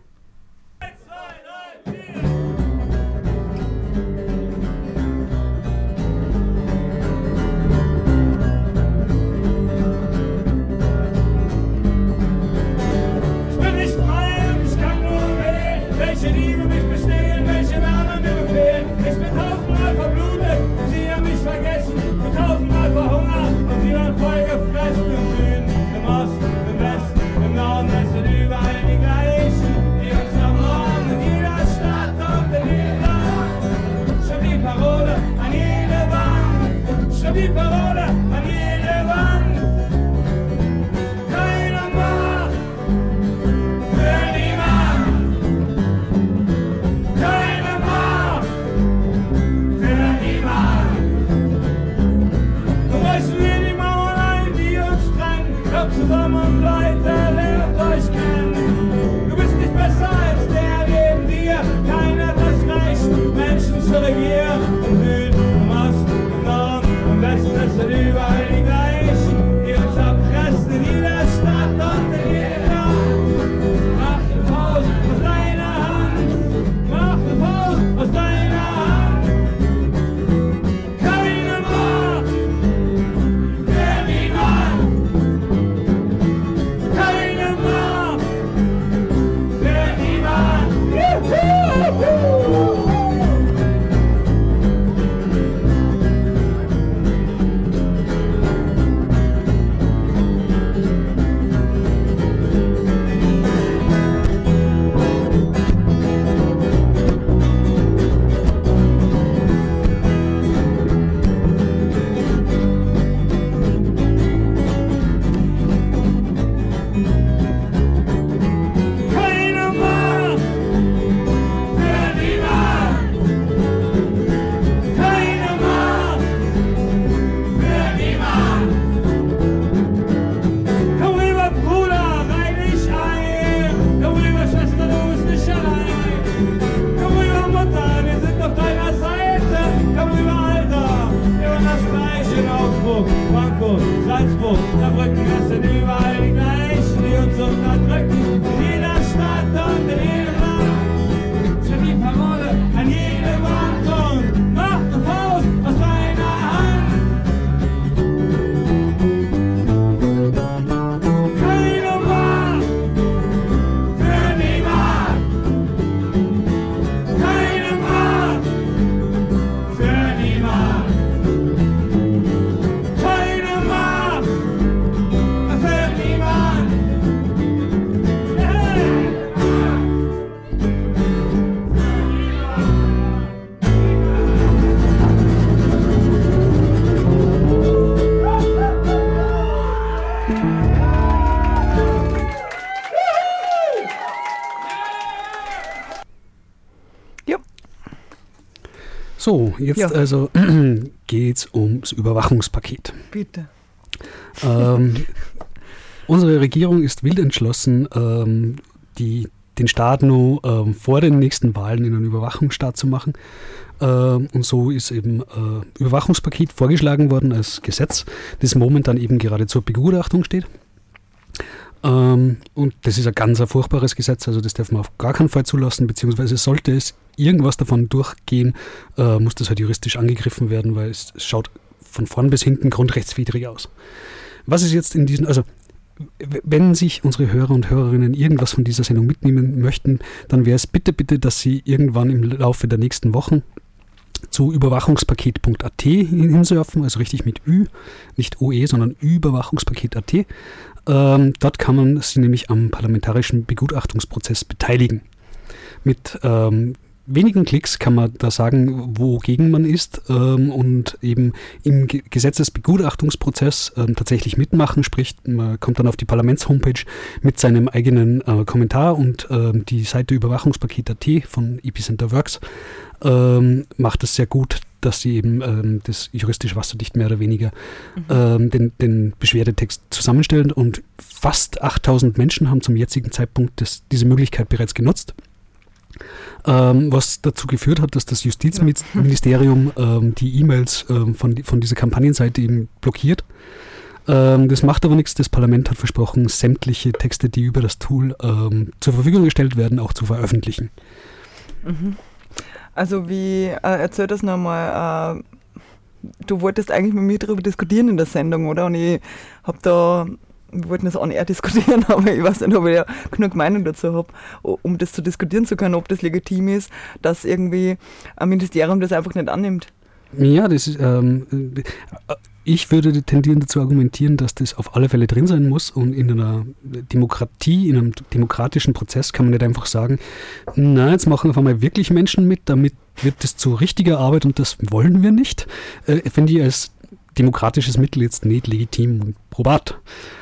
Ich bin nicht frei und ich kann nur wählen, welche Liebe mich bestehen, welche Wärme mir befehlen. Ich bin tausendmal verblutet, sie haben mich vergessen, bin tausendmal verhungert und sie waren voll gefressen. Im Süden, im Osten, im Westen, im Norden, es sind überall die gleichen, die uns am Morgen in jeder Stadt und in jedem Land. Schreib die Parole an jede Wand, schreib die Parole an jede Wand. Keine Macht für niemand. Keine Macht für niemand. Nun reißen wir die Mauern ein, die uns trennen. Kommt zusammen und Leute, lernt euch kennen. Du bist nicht besser als der neben dir. Keiner hat das Recht, Menschen zu regieren. Im Süden, im Osten, im Norden, im Westen, es sind überall die gleichen, die uns erpressen in jeder Stadt und in jedem Land. Mach die Faust aus deiner Hand, mach die Faust aus deiner Hand. Keine Macht für niemand. Keine Macht für niemand. Juhu! Keine Macht für niemand. Keine Macht für niemand. Komm rüber, Bruder, reih dich ein. Komm rüber, Schwester, du bist nicht allein. Komm rüber, Mutter, wir sind auf deiner Seite. Komm rüber, Alter, wir waren das Gleiche in Augsburg, Frankfurt, Salzburg, Saarbrücken. Es sind überall die gleichen, die uns unterdrücken. In jeder Stadt und in jedem Land. Schreib die Parole an jede Wand und mach eine Faust aus deiner Hand. So, jetzt Ja. also geht es ums Überwachungspaket. Bitte. Ähm, unsere Regierung ist wild entschlossen, ähm, die, den Staat nur ähm, vor den nächsten Wahlen in einen Überwachungsstaat zu machen. Ähm, und so ist eben äh, Überwachungspaket vorgeschlagen worden als Gesetz, das momentan eben gerade zur Begutachtung steht. Ähm, und das ist ein ganz ein furchtbares Gesetz, also das darf man auf gar keinen Fall zulassen, beziehungsweise sollte es irgendwas davon durchgehen, äh, muss das halt juristisch angegriffen werden, weil es, es schaut von vorn bis hinten grundrechtswidrig aus. Was ist jetzt in diesen, also w- wenn sich unsere Hörer und Hörerinnen irgendwas von dieser Sendung mitnehmen möchten, dann wäre es bitte, bitte, dass sie irgendwann im Laufe der nächsten Wochen zu überwachungspaket punkt a t hinsurfen, also richtig mit Ü, nicht O E, sondern überwachungspaket punkt a t. Ähm, dort kann man sich nämlich am parlamentarischen Begutachtungsprozess beteiligen. Mit ähm, wenigen Klicks kann man da sagen, wogegen man ist ähm, und eben im Ge- Gesetzesbegutachtungsprozess ähm, tatsächlich mitmachen, sprich man kommt dann auf die Parlaments-Homepage mit seinem eigenen äh, Kommentar und ähm, die Seite überwachungspaket punkt a t von Epicenter Works ähm, macht es sehr gut, dass sie eben ähm, das juristisch wasserdicht mehr oder weniger mhm. ähm, den, den Beschwerdetext zusammenstellen und fast achttausend Menschen haben zum jetzigen Zeitpunkt das, diese Möglichkeit bereits genutzt. Ähm, was dazu geführt hat, dass das Justizministerium ähm, die E-Mails ähm, von, von dieser Kampagnenseite eben blockiert. Ähm, das macht aber nichts. Das Parlament hat versprochen, sämtliche Texte, die über das Tool ähm, zur Verfügung gestellt werden, auch zu veröffentlichen. Mhm. Also wie, äh, erzähl das nochmal, äh, du wolltest eigentlich mit mir darüber diskutieren in der Sendung, oder? Und ich habe da, wir wollten das on air diskutieren, aber ich weiß nicht, ob ich ja genug Meinung dazu habe, um das zu diskutieren zu können, ob das legitim ist, dass irgendwie ein Ministerium das einfach nicht annimmt. Ja, das ist, ähm, ich würde tendieren dazu argumentieren, dass das auf alle Fälle drin sein muss und in einer Demokratie, in einem demokratischen Prozess kann man nicht einfach sagen, na, jetzt machen auf einmal wirklich Menschen mit, damit wird das zu richtiger Arbeit und das wollen wir nicht. Äh, finde ich als demokratisches Mittel jetzt nicht legitim und probat.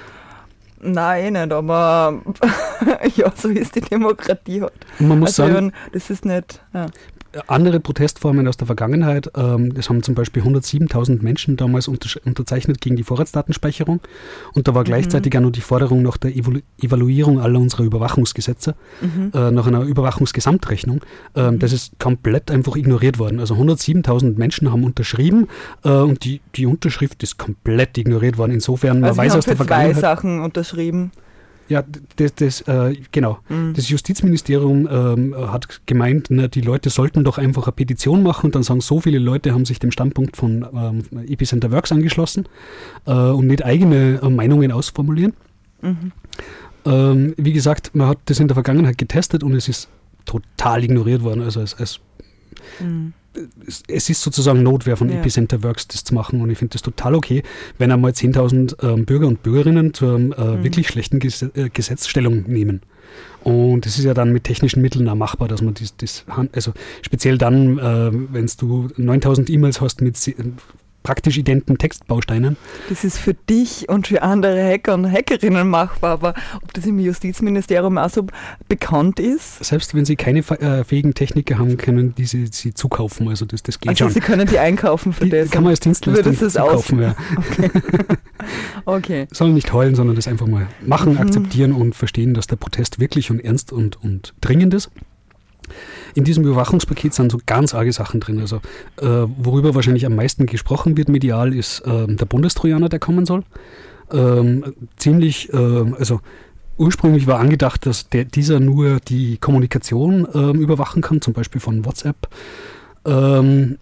Nein, nicht, aber ja, so ist die Demokratie halt. Und man muss also, sagen, das ist nicht, ja. Andere Protestformen aus der Vergangenheit, ähm, das haben zum Beispiel hundertsiebentausend Menschen damals unter, unterzeichnet gegen die Vorratsdatenspeicherung und da war gleichzeitig mhm. auch noch die Forderung nach der Evalu- Evaluierung aller unserer Überwachungsgesetze, mhm. äh, nach einer Überwachungsgesamtrechnung. Ähm, mhm. Das ist komplett einfach ignoriert worden. Also hundertsiebentausend Menschen haben unterschrieben äh, und die, die Unterschrift ist komplett ignoriert worden. Insofern, man also weiß aus der für Vergangenheit... zwei Sachen unterschrieben. Ja, das, das, äh, genau. Mhm. Das Justizministerium ähm, hat gemeint, na, die Leute sollten doch einfach eine Petition machen und dann sagen, so viele Leute haben sich dem Standpunkt von ähm, Epicenter Works angeschlossen äh, und nicht eigene äh, Meinungen ausformulieren. Mhm. Ähm, wie gesagt, man hat das in der Vergangenheit getestet und es ist total ignoriert worden. Also es, es, mhm. es, es ist sozusagen Notwehr von ja. Epicenter Works, das zu machen und ich finde das total okay, wenn einmal zehntausend ähm, Bürger und Bürgerinnen zu einem äh, mhm. wirklich schlechten Ges- äh, Gesetz Stellung nehmen. Und es ist ja dann mit technischen Mitteln auch machbar, dass man das, das also speziell dann, äh, wenn du neuntausend E-Mails hast mit äh, praktisch identen Textbausteinen. Das ist für dich und für andere Hacker und Hackerinnen machbar, aber ob das im Justizministerium auch so bekannt ist? Selbst wenn sie keine äh, fähigen Techniker haben, können diese sie zukaufen, also das, das geht also schon. Sie können die einkaufen für die, das? Kann man als Dienstleistung zukaufen, ja. Okay. okay. Sollen nicht heulen, sondern das einfach mal machen, mhm. akzeptieren und verstehen, dass der Protest wirklich und ernst und, und dringend ist. In diesem Überwachungspaket sind so ganz arge Sachen drin. Also äh, worüber wahrscheinlich am meisten gesprochen wird medial, ist äh, der Bundestrojaner, der kommen soll. Ähm, ziemlich, äh, also ursprünglich war angedacht, dass der, dieser nur die Kommunikation äh, überwachen kann, zum Beispiel von WhatsApp ähm,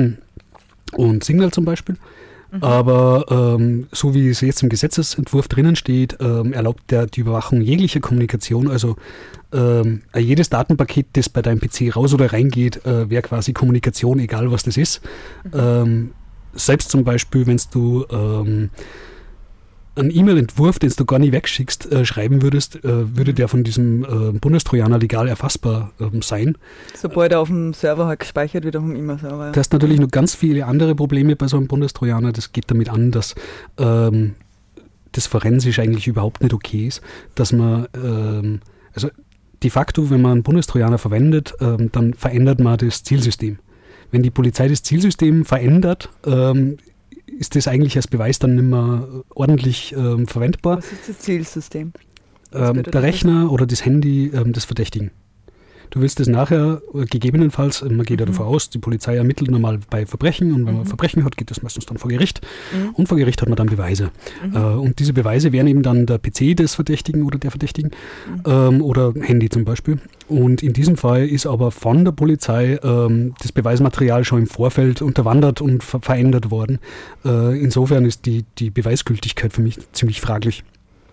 und Signal zum Beispiel. Mhm. Aber ähm, so wie es jetzt im Gesetzesentwurf drinnen steht, ähm, erlaubt der die Überwachung jeglicher Kommunikation, also ähm, jedes Datenpaket, das bei deinem P C raus oder reingeht, äh, wäre quasi Kommunikation, egal was das ist. Mhm. Ähm, selbst zum Beispiel, wenn du ähm, einen E-Mail-Entwurf, den du gar nicht wegschickst, äh, schreiben würdest, äh, würde der von diesem äh, Bundestrojaner legal erfassbar äh, sein. Sobald er auf dem Server halt gespeichert wird, auf dem E-Mail-Server. Ja. Du hast natürlich noch ganz viele andere Probleme bei so einem Bundestrojaner. Das geht damit an, dass ähm, das forensisch eigentlich überhaupt nicht okay ist, dass man, ähm, also de facto, wenn man einen Bundestrojaner verwendet, ähm, dann verändert man das Zielsystem. wenn die Polizei das Zielsystem verändert, ähm, ist das eigentlich als Beweis dann nicht mehr ordentlich ähm, verwendbar. Was ist das Zielsystem? Ähm, der Rechner oder das Handy ähm, des Verdächtigen. Du willst das nachher, äh, gegebenenfalls, man geht mhm. ja davon aus, die Polizei ermittelt normal bei Verbrechen und wenn man mhm. Verbrechen hat, geht das meistens dann vor Gericht mhm. und vor Gericht hat man dann Beweise. Mhm. Äh, und diese Beweise wären eben dann der P C des Verdächtigen oder der Verdächtigen mhm. ähm, oder Handy zum Beispiel. Und in diesem Fall ist aber von der Polizei ähm, das Beweismaterial schon im Vorfeld unterwandert und ver- verändert worden. Äh, insofern ist die, die Beweisgültigkeit für mich ziemlich fraglich.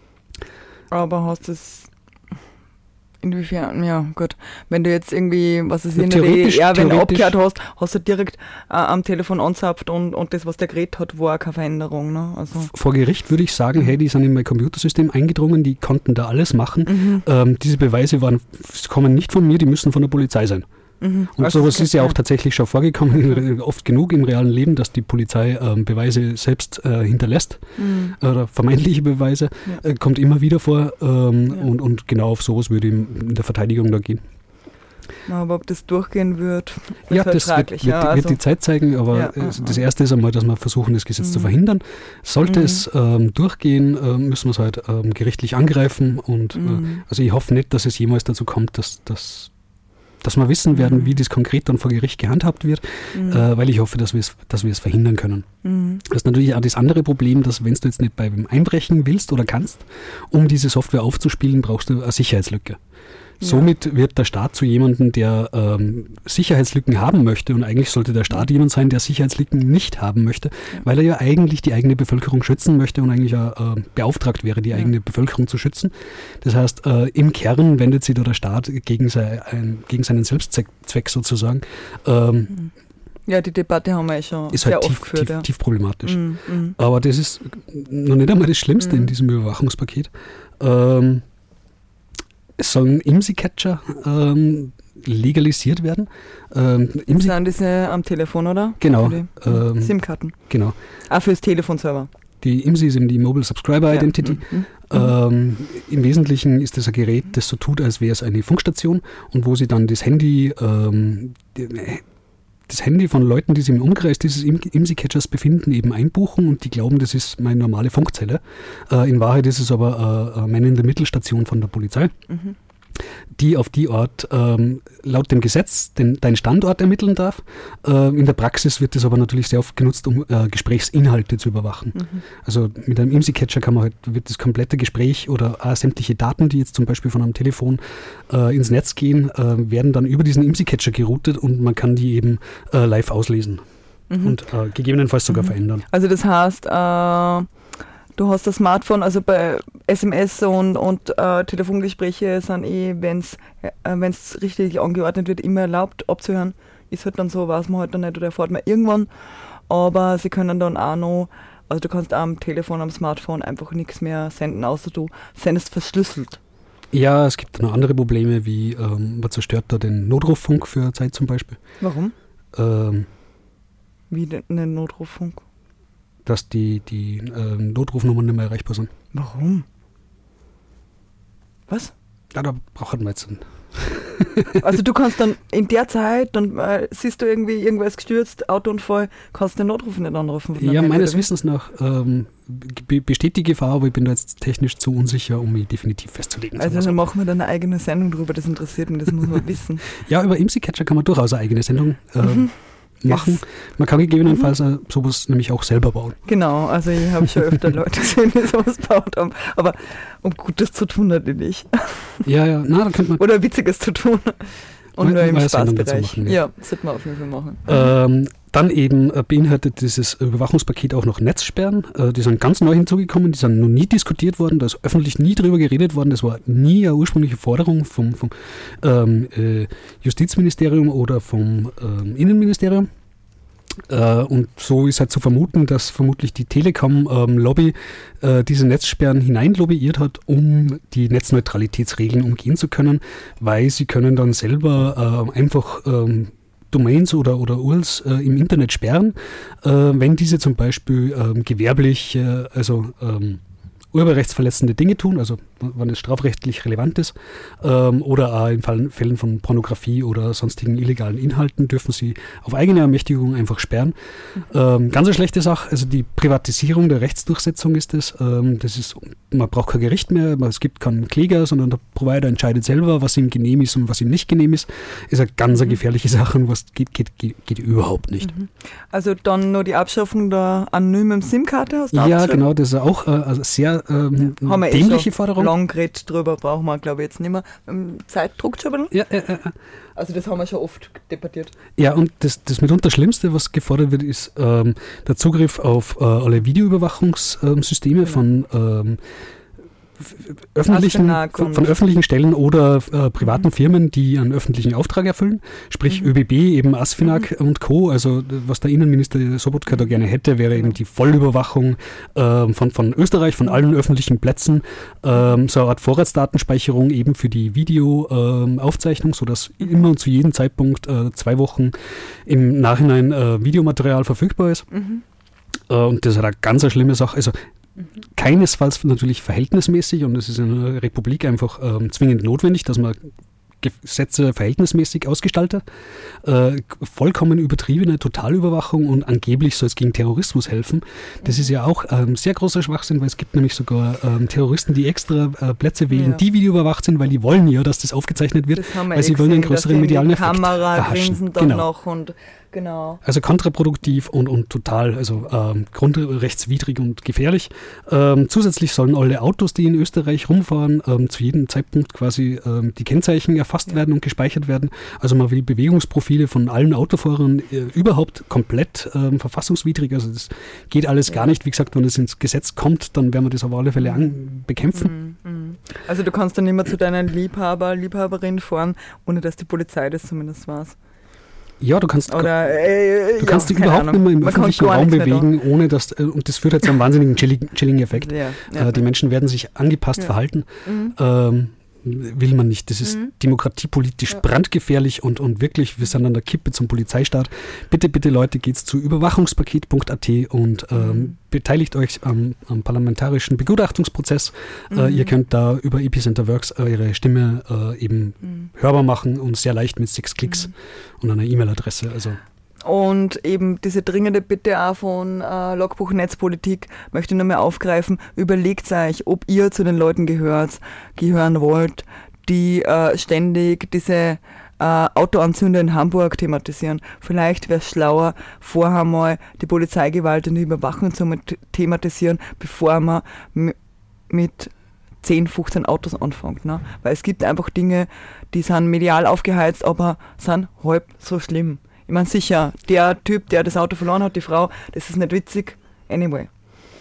Aber hast du es inwiefern, ja gut, wenn du jetzt irgendwie, was ist in der D D R, wenn du abgehört hast, hast du direkt äh, am Telefon anzapft und, und das, was der geredet hat, war keine Veränderung. Ne? Also vor Gericht würde ich sagen, hey, die sind in mein Computersystem eingedrungen, die konnten da alles machen. Mhm. Ähm, diese Beweise waren, kommen nicht von mir, die müssen von der Polizei sein. Mhm. Und also sowas ist ja auch tatsächlich schon vorgekommen, oft genug im realen Leben, dass die Polizei ähm, Beweise selbst äh, hinterlässt, mhm. oder vermeintliche Beweise, ja. äh, kommt immer wieder vor ähm, ja. und, und genau auf sowas würde in der Verteidigung da gehen. Na, aber ob das durchgehen wird, ist ja, halt das fraglich. Wird, wird, ja, also wird die Zeit zeigen, aber ja, äh, das Erste ist einmal, dass wir versuchen, das Gesetz mhm. zu verhindern. Sollte mhm. es ähm, durchgehen, äh, müssen wir es halt ähm, gerichtlich angreifen und mhm. äh, also ich hoffe nicht, dass es jemals dazu kommt, dass das dass wir wissen werden, mhm. wie das konkret dann vor Gericht gehandhabt wird, mhm. äh, weil ich hoffe, dass wir es dass wir es verhindern können. Mhm. Das ist natürlich auch das andere Problem, dass wenn du jetzt nicht beim Einbrechen willst oder kannst, um diese Software aufzuspielen, brauchst du eine Sicherheitslücke. Ja. Somit wird der Staat zu jemandem, der ähm, Sicherheitslücken haben möchte, und eigentlich sollte der Staat jemand sein, der Sicherheitslücken nicht haben möchte, ja. weil er ja eigentlich die eigene Bevölkerung schützen möchte und eigentlich auch äh, beauftragt wäre, die ja. eigene Bevölkerung zu schützen. Das heißt, äh, im Kern wendet sich da der Staat gegen, sei, ein, gegen seinen Selbstzweck sozusagen. Ähm, ja, die Debatte haben wir ja schon ist sehr halt tief, oft geführt. Tief, ja. tief problematisch. Mhm, mh. Aber das ist noch nicht einmal das Schlimmste mhm. in diesem Überwachungspaket. Ähm, Es soll ein IMSI-Catcher ähm, legalisiert werden. Ähm, das sind diese am Telefon, oder? Genau. Ähm, SIM-Karten. Genau. Ah, fürs Telefon selber. Die IMSI ist eben die Mobile Subscriber ja. Identity. Mhm. Ähm, Im Wesentlichen ist das ein Gerät, das so tut, als wäre es eine Funkstation und wo sie dann das Handy ähm, die, das Handy von Leuten, die sich im Umkreis dieses IMSI-Catchers befinden, eben einbuchen und die glauben, das ist meine normale Funkzelle. Äh, in Wahrheit ist es aber äh, eine Man-in-the-Middle-Station von der Polizei, mhm. die auf die Art ähm, laut dem Gesetz den, deinen Standort ermitteln darf. Äh, in der Praxis wird das aber natürlich sehr oft genutzt, um äh, Gesprächsinhalte zu überwachen. Mhm. Also mit einem IMSI-Catcher kann man halt, wird das komplette Gespräch oder auch sämtliche Daten, die jetzt zum Beispiel von einem Telefon äh, ins Netz gehen, äh, werden dann über diesen IMSI-Catcher geroutet und man kann die eben äh, live auslesen mhm. und äh, gegebenenfalls sogar mhm. verändern. Also das heißt, äh du hast das Smartphone, also bei S M S und, und äh, Telefongespräche sind eh, wenn es äh, richtig angeordnet wird, immer erlaubt abzuhören. Ist halt dann so, weiß man halt dann nicht oder erfährt man irgendwann. Aber sie können dann auch noch, also du kannst am Telefon, am Smartphone einfach nichts mehr senden, außer du sendest verschlüsselt. Ja, es gibt noch andere Probleme, wie ähm, man zerstört da den Notrufffunk für eine Zeit zum Beispiel. Warum? Ähm, wie den, den Notrufffunk? Dass die, die äh, Notrufnummern nicht mehr erreichbar sind. Warum? Was? Ja, da braucht man jetzt einen. Also du kannst dann in der Zeit, dann äh, siehst du irgendwie irgendwas gestürzt, Autounfall, kannst den Notruf nicht anrufen. Ja, meines Wissens nach ähm, be- besteht die Gefahr, aber ich bin da jetzt technisch zu unsicher, um mich definitiv festzulegen. Also dann machen wir da eine eigene Sendung drüber, das interessiert mich, das muss man wissen. Ja, über IMSI-Catcher kann man durchaus eine eigene Sendung äh, mhm. machen. Yes. Man kann gegebenenfalls mhm. sowas nämlich auch selber bauen. Genau, also ich habe schon öfter Leute gesehen, die sowas baut haben, aber um Gutes zu tun natürlich. Ja, ja, na, da könnte man... Oder Witziges zu tun. Und nur im Spaßbereich. Machen, ja. ja, das sollte man auf jeden Fall machen. Ähm, dann eben äh, beinhaltet dieses Überwachungspaket auch noch Netzsperren. Äh, die sind ganz neu hinzugekommen, die sind noch nie diskutiert worden, da ist öffentlich nie drüber geredet worden. Das war nie eine ursprüngliche Forderung vom, vom ähm, äh, Justizministerium oder vom ähm, Innenministerium. Uh, und so ist halt zu vermuten, dass vermutlich die Telekom-Lobby ähm, uh, diese Netzsperren hineinlobbyiert hat, um die Netzneutralitätsregeln umgehen zu können, weil sie können dann selber äh, einfach ähm, Domains oder, oder U R Ls äh, im Internet sperren, äh, wenn diese zum Beispiel ähm, gewerblich, äh, also ähm, urheberrechtsverletzende Dinge tun, also wann es strafrechtlich relevant ist, ähm, oder auch in Fall, Fällen von Pornografie oder sonstigen illegalen Inhalten dürfen sie auf eigene Ermächtigung einfach sperren. Mhm. Ähm, ganz eine schlechte Sache, also die Privatisierung der Rechtsdurchsetzung ist es. Ähm, das ist, man braucht kein Gericht mehr, es gibt keinen Kläger, sondern der Provider entscheidet selber, was ihm genehm ist und was ihm nicht genehm ist. Ist eine ganz mhm. gefährliche Sache und was geht, geht, geht, geht überhaupt nicht. Mhm. Also dann noch die Abschaffung der anonymen SIM-Karte hast du Ja, genau, das ist auch äh, also sehr ähm, Haben wir dämliche eh Forderung. Lang geredet drüber, brauchen wir glaube ich jetzt nicht mehr. Ähm, Zeit druckt schon ein bisschen? Ja, äh, äh. Also das haben wir schon oft debattiert. Ja, und das, das mitunter Schlimmste, was gefordert wird, ist ähm, der Zugriff auf äh, alle Videoüberwachungssysteme ähm, von ähm, öffentlichen, von, von öffentlichen Stellen oder äh, privaten mhm. Firmen, die einen öffentlichen Auftrag erfüllen, sprich mhm. ÖBB, eben ASFINAG mhm. und Co. Also was der Innenminister Sobotka da gerne hätte, wäre eben die Vollüberwachung äh, von, von Österreich, von allen öffentlichen Plätzen, äh, so eine Art Vorratsdatenspeicherung eben für die Videoaufzeichnung, äh, sodass immer und zu jedem Zeitpunkt äh, zwei Wochen im Nachhinein äh, Videomaterial verfügbar ist. Mhm. Äh, und das ist eine ganz eine schlimme Sache. Also keinesfalls natürlich verhältnismäßig und es ist in einer Republik einfach ähm, zwingend notwendig, dass man Gesetze verhältnismäßig ausgestaltet. Äh, vollkommen übertriebene Totalüberwachung und angeblich soll es gegen Terrorismus helfen. Das ist ja auch ähm, sehr großer Schwachsinn, weil es gibt nämlich sogar ähm, Terroristen, die extra äh, Plätze wählen, ja. die videoüberwacht sind, weil die wollen ja, dass das aufgezeichnet wird, weil sie wollen einen größeren medialen Effekt Kamera erhaschen. Dann genau. noch und Genau. Also kontraproduktiv und, und total, also ähm, grundrechtswidrig und gefährlich. Ähm, zusätzlich sollen alle Autos, die in Österreich rumfahren, ähm, zu jedem Zeitpunkt quasi ähm, die Kennzeichen erfasst ja. werden und gespeichert werden. Also man will Bewegungsprofile von allen Autofahrern äh, überhaupt komplett ähm, verfassungswidrig. Also das geht alles ja. gar nicht. Wie gesagt, wenn es ins Gesetz kommt, dann werden wir das auf alle Fälle an bekämpfen. Mhm, mh. Also du kannst dann immer zu deinen Liebhaber, Liebhaberin fahren, ohne dass die Polizei das zumindest weiß. Ja, du kannst, Oder, äh, du kannst ja, dich überhaupt Ahnung. nicht mehr im Man öffentlichen Raum bewegen, ohne dass, und das führt halt zu einem wahnsinnigen Chilling-Effekt. Ja, ja. Äh, die Menschen werden sich angepasst ja. verhalten. Mhm. Ähm, will man nicht. Das ist mhm. demokratiepolitisch ja. brandgefährlich und, und wirklich, wir sind an der Kippe zum Polizeistaat. Bitte, bitte Leute, geht's zu überwachungspaket punkt a t und ähm, mhm. beteiligt euch am, am parlamentarischen Begutachtungsprozess. Mhm. Äh, ihr könnt da über Epicenter Works eure Stimme äh, eben mhm. hörbar machen und sehr leicht mit sechs Klicks mhm. und einer E-Mail-Adresse. Also Und eben diese dringende Bitte auch von äh, Logbuch Netzpolitik möchte ich nochmal aufgreifen. Überlegt euch, ob ihr zu den Leuten gehört, gehören wollt, die äh, ständig diese äh, Autoanzünder in Hamburg thematisieren. Vielleicht wäre es schlauer, vorher mal die Polizeigewalt und die Überwachung zu thematisieren, bevor man m- mit zehn, fünfzehn Autos anfängt. Ne? Weil es gibt einfach Dinge, die sind medial aufgeheizt, aber sind halb so schlimm. Ich meine, sicher, der Typ, der das Auto verloren hat, die Frau, das ist nicht witzig, anyway.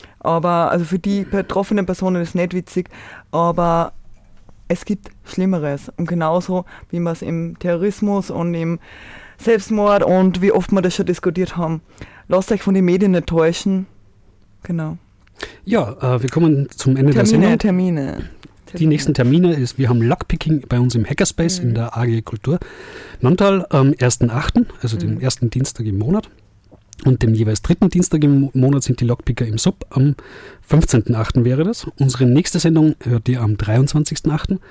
Aber, also für die betroffenen Personen ist es nicht witzig, aber es gibt Schlimmeres. Und genauso, wie wir es im Terrorismus und im Selbstmord und wie oft wir das schon diskutiert haben. Lasst euch von den Medien nicht täuschen. Genau. Ja, äh, wir kommen zum Ende Termine, der Sendung. Termine, Termine. Die nächsten Termine ist, wir haben Lockpicking bei uns im Hackerspace mhm. in der A G Kultur Nonntal am ersten achten, also mhm. den ersten Dienstag im Monat. Und dem jeweils dritten Dienstag im Monat sind die Lockpicker im Sub. Am fünfzehnten achten wäre das. Unsere nächste Sendung hört ihr am dreiundzwanzigsten achten. Mhm.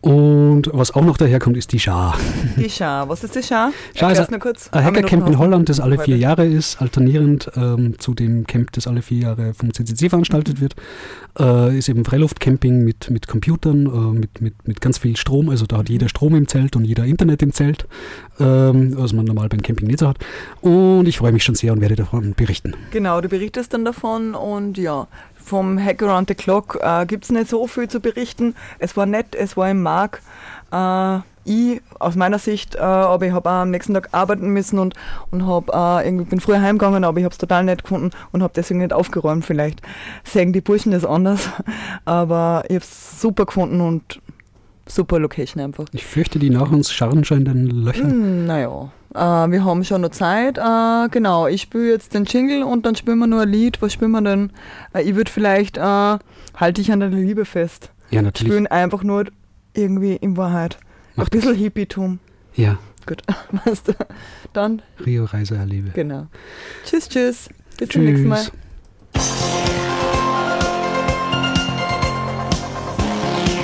Und was auch noch daherkommt, ist die Schar. Die Schar. Was ist die Schar? Schar ist ein, ein Hackercamp in Holland, das alle vier Jahre ist, alternierend ähm, zu dem Camp, das alle vier Jahre vom C C C veranstaltet mhm. wird. Äh, ist eben Freiluftcamping mit, mit Computern, äh, mit, mit, mit ganz viel Strom. Also da hat jeder Strom im Zelt und jeder Internet im Zelt, ähm, was man normal beim Camping nicht so hat. Und ich freue mich schon sehr und werde davon berichten. Genau, du berichtest dann davon und ja, vom Hack Around the Clock äh, gibt es nicht so viel zu berichten. Es war nett, es war im Mark. Äh, ich, aus meiner Sicht, äh, aber ich habe auch am nächsten Tag arbeiten müssen und, und hab, äh, irgendwie bin früher heimgegangen, aber ich habe es total nett gefunden und habe deswegen nicht aufgeräumt. Vielleicht sagen die Burschen das anders, aber ich habe es super gefunden und super Location einfach. Ich fürchte, die nach uns scharren schon in den Löchern. Mm, naja. Uh, wir haben schon noch Zeit. Uh, genau, ich spiele jetzt den Jingle und dann spielen wir nur ein Lied. Was spielen wir denn? Uh, ich würde vielleicht, uh, halte ich an der Liebe fest. Ja, natürlich. Spielen einfach nur irgendwie in Wahrheit. Mach ein bisschen Hippietum. Ja. Gut, weißt du. Dann. Rio Reise erlebe. Genau. Tschüss, tschüss. Bis tschüss. zum nächsten Mal.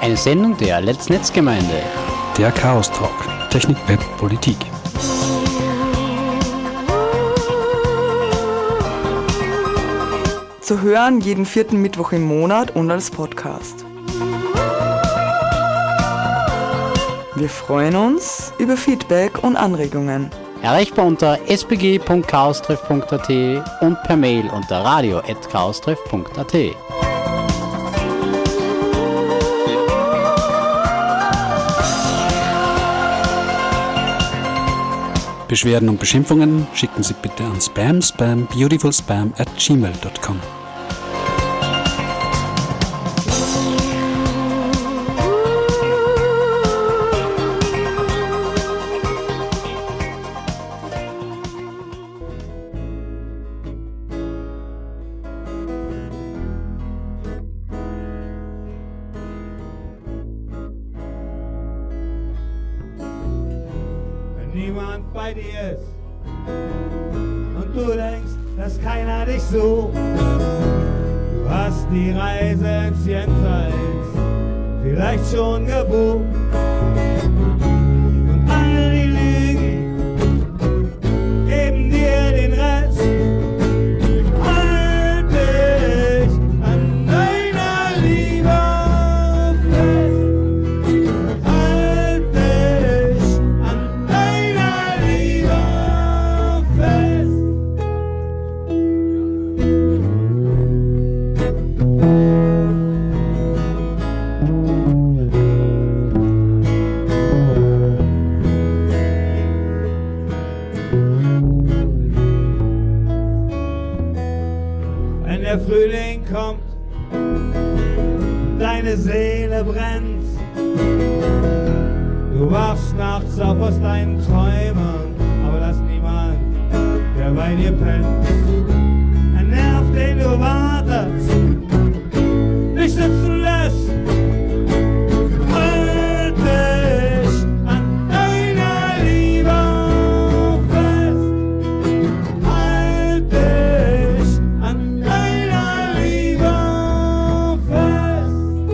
Eine Sendung der Let's Netzgemeinde. Der Chaos Talk. Technik, Web, Politik. Zu hören jeden vierten Mittwoch im Monat und als Podcast. Wir freuen uns über Feedback und Anregungen. Erreichbar unter s b g punkt chaostreff punkt a t und per Mail unter radio at chaostreff punkt a t. Beschwerden und Beschimpfungen schicken Sie bitte an spam spam beautifulspam at gmail dot com. Niemand bei dir ist und du denkst, dass keiner dich sucht. Du hast die Reise ins Jenseits vielleicht schon gebucht. Und all die Lügen geben dir den Rest. Halt dich an deiner Liebe fest. Halt dich an deiner Liebe fest. Wenn der Frühling kommt, deine Seele brennt, du wachst nachts auf aus deinen Träumen, aber da ist niemand, der bei dir pennt. Ein Nerv, den du wartest, dich sitzen lässt. Halt dich an deiner Liebe fest. Halt dich an deiner Liebe fest.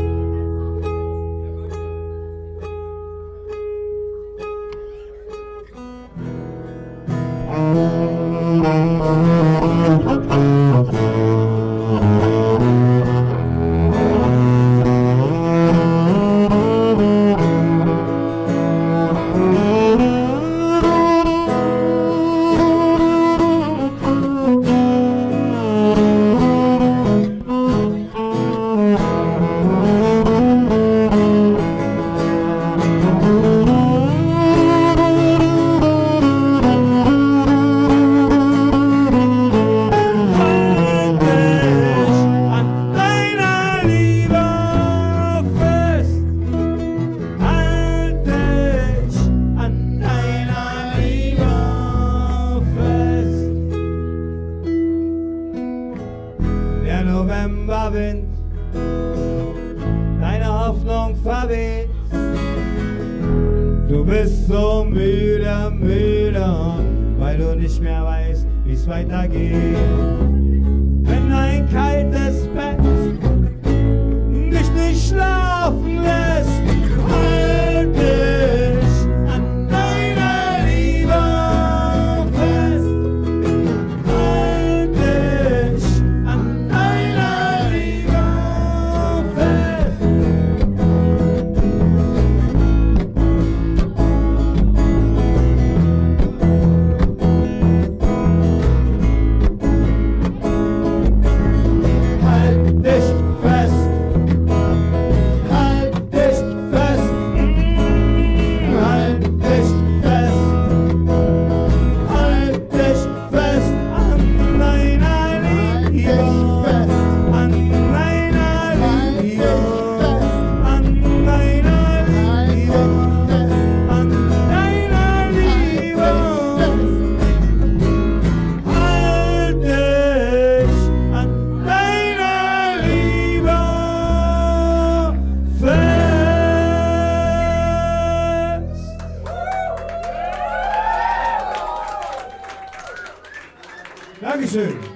Novemberwind, deine Hoffnung verweht. Du bist so müde, müde, weil du nicht mehr weißt, wie's weitergeht. Wenn ein kaltes Bett dich nicht schlafen lässt, halt dich an deiner Liebe fest. Halt dich an deiner Liebe fest. Halt dich fest. Halt dich fest. Halt dich fest. Halt dich fest an deiner Liebe. An deiner Liebe. An deiner Liebe. An deiner Liebe. Halt dich an deiner Liebe fest. Dankeschön.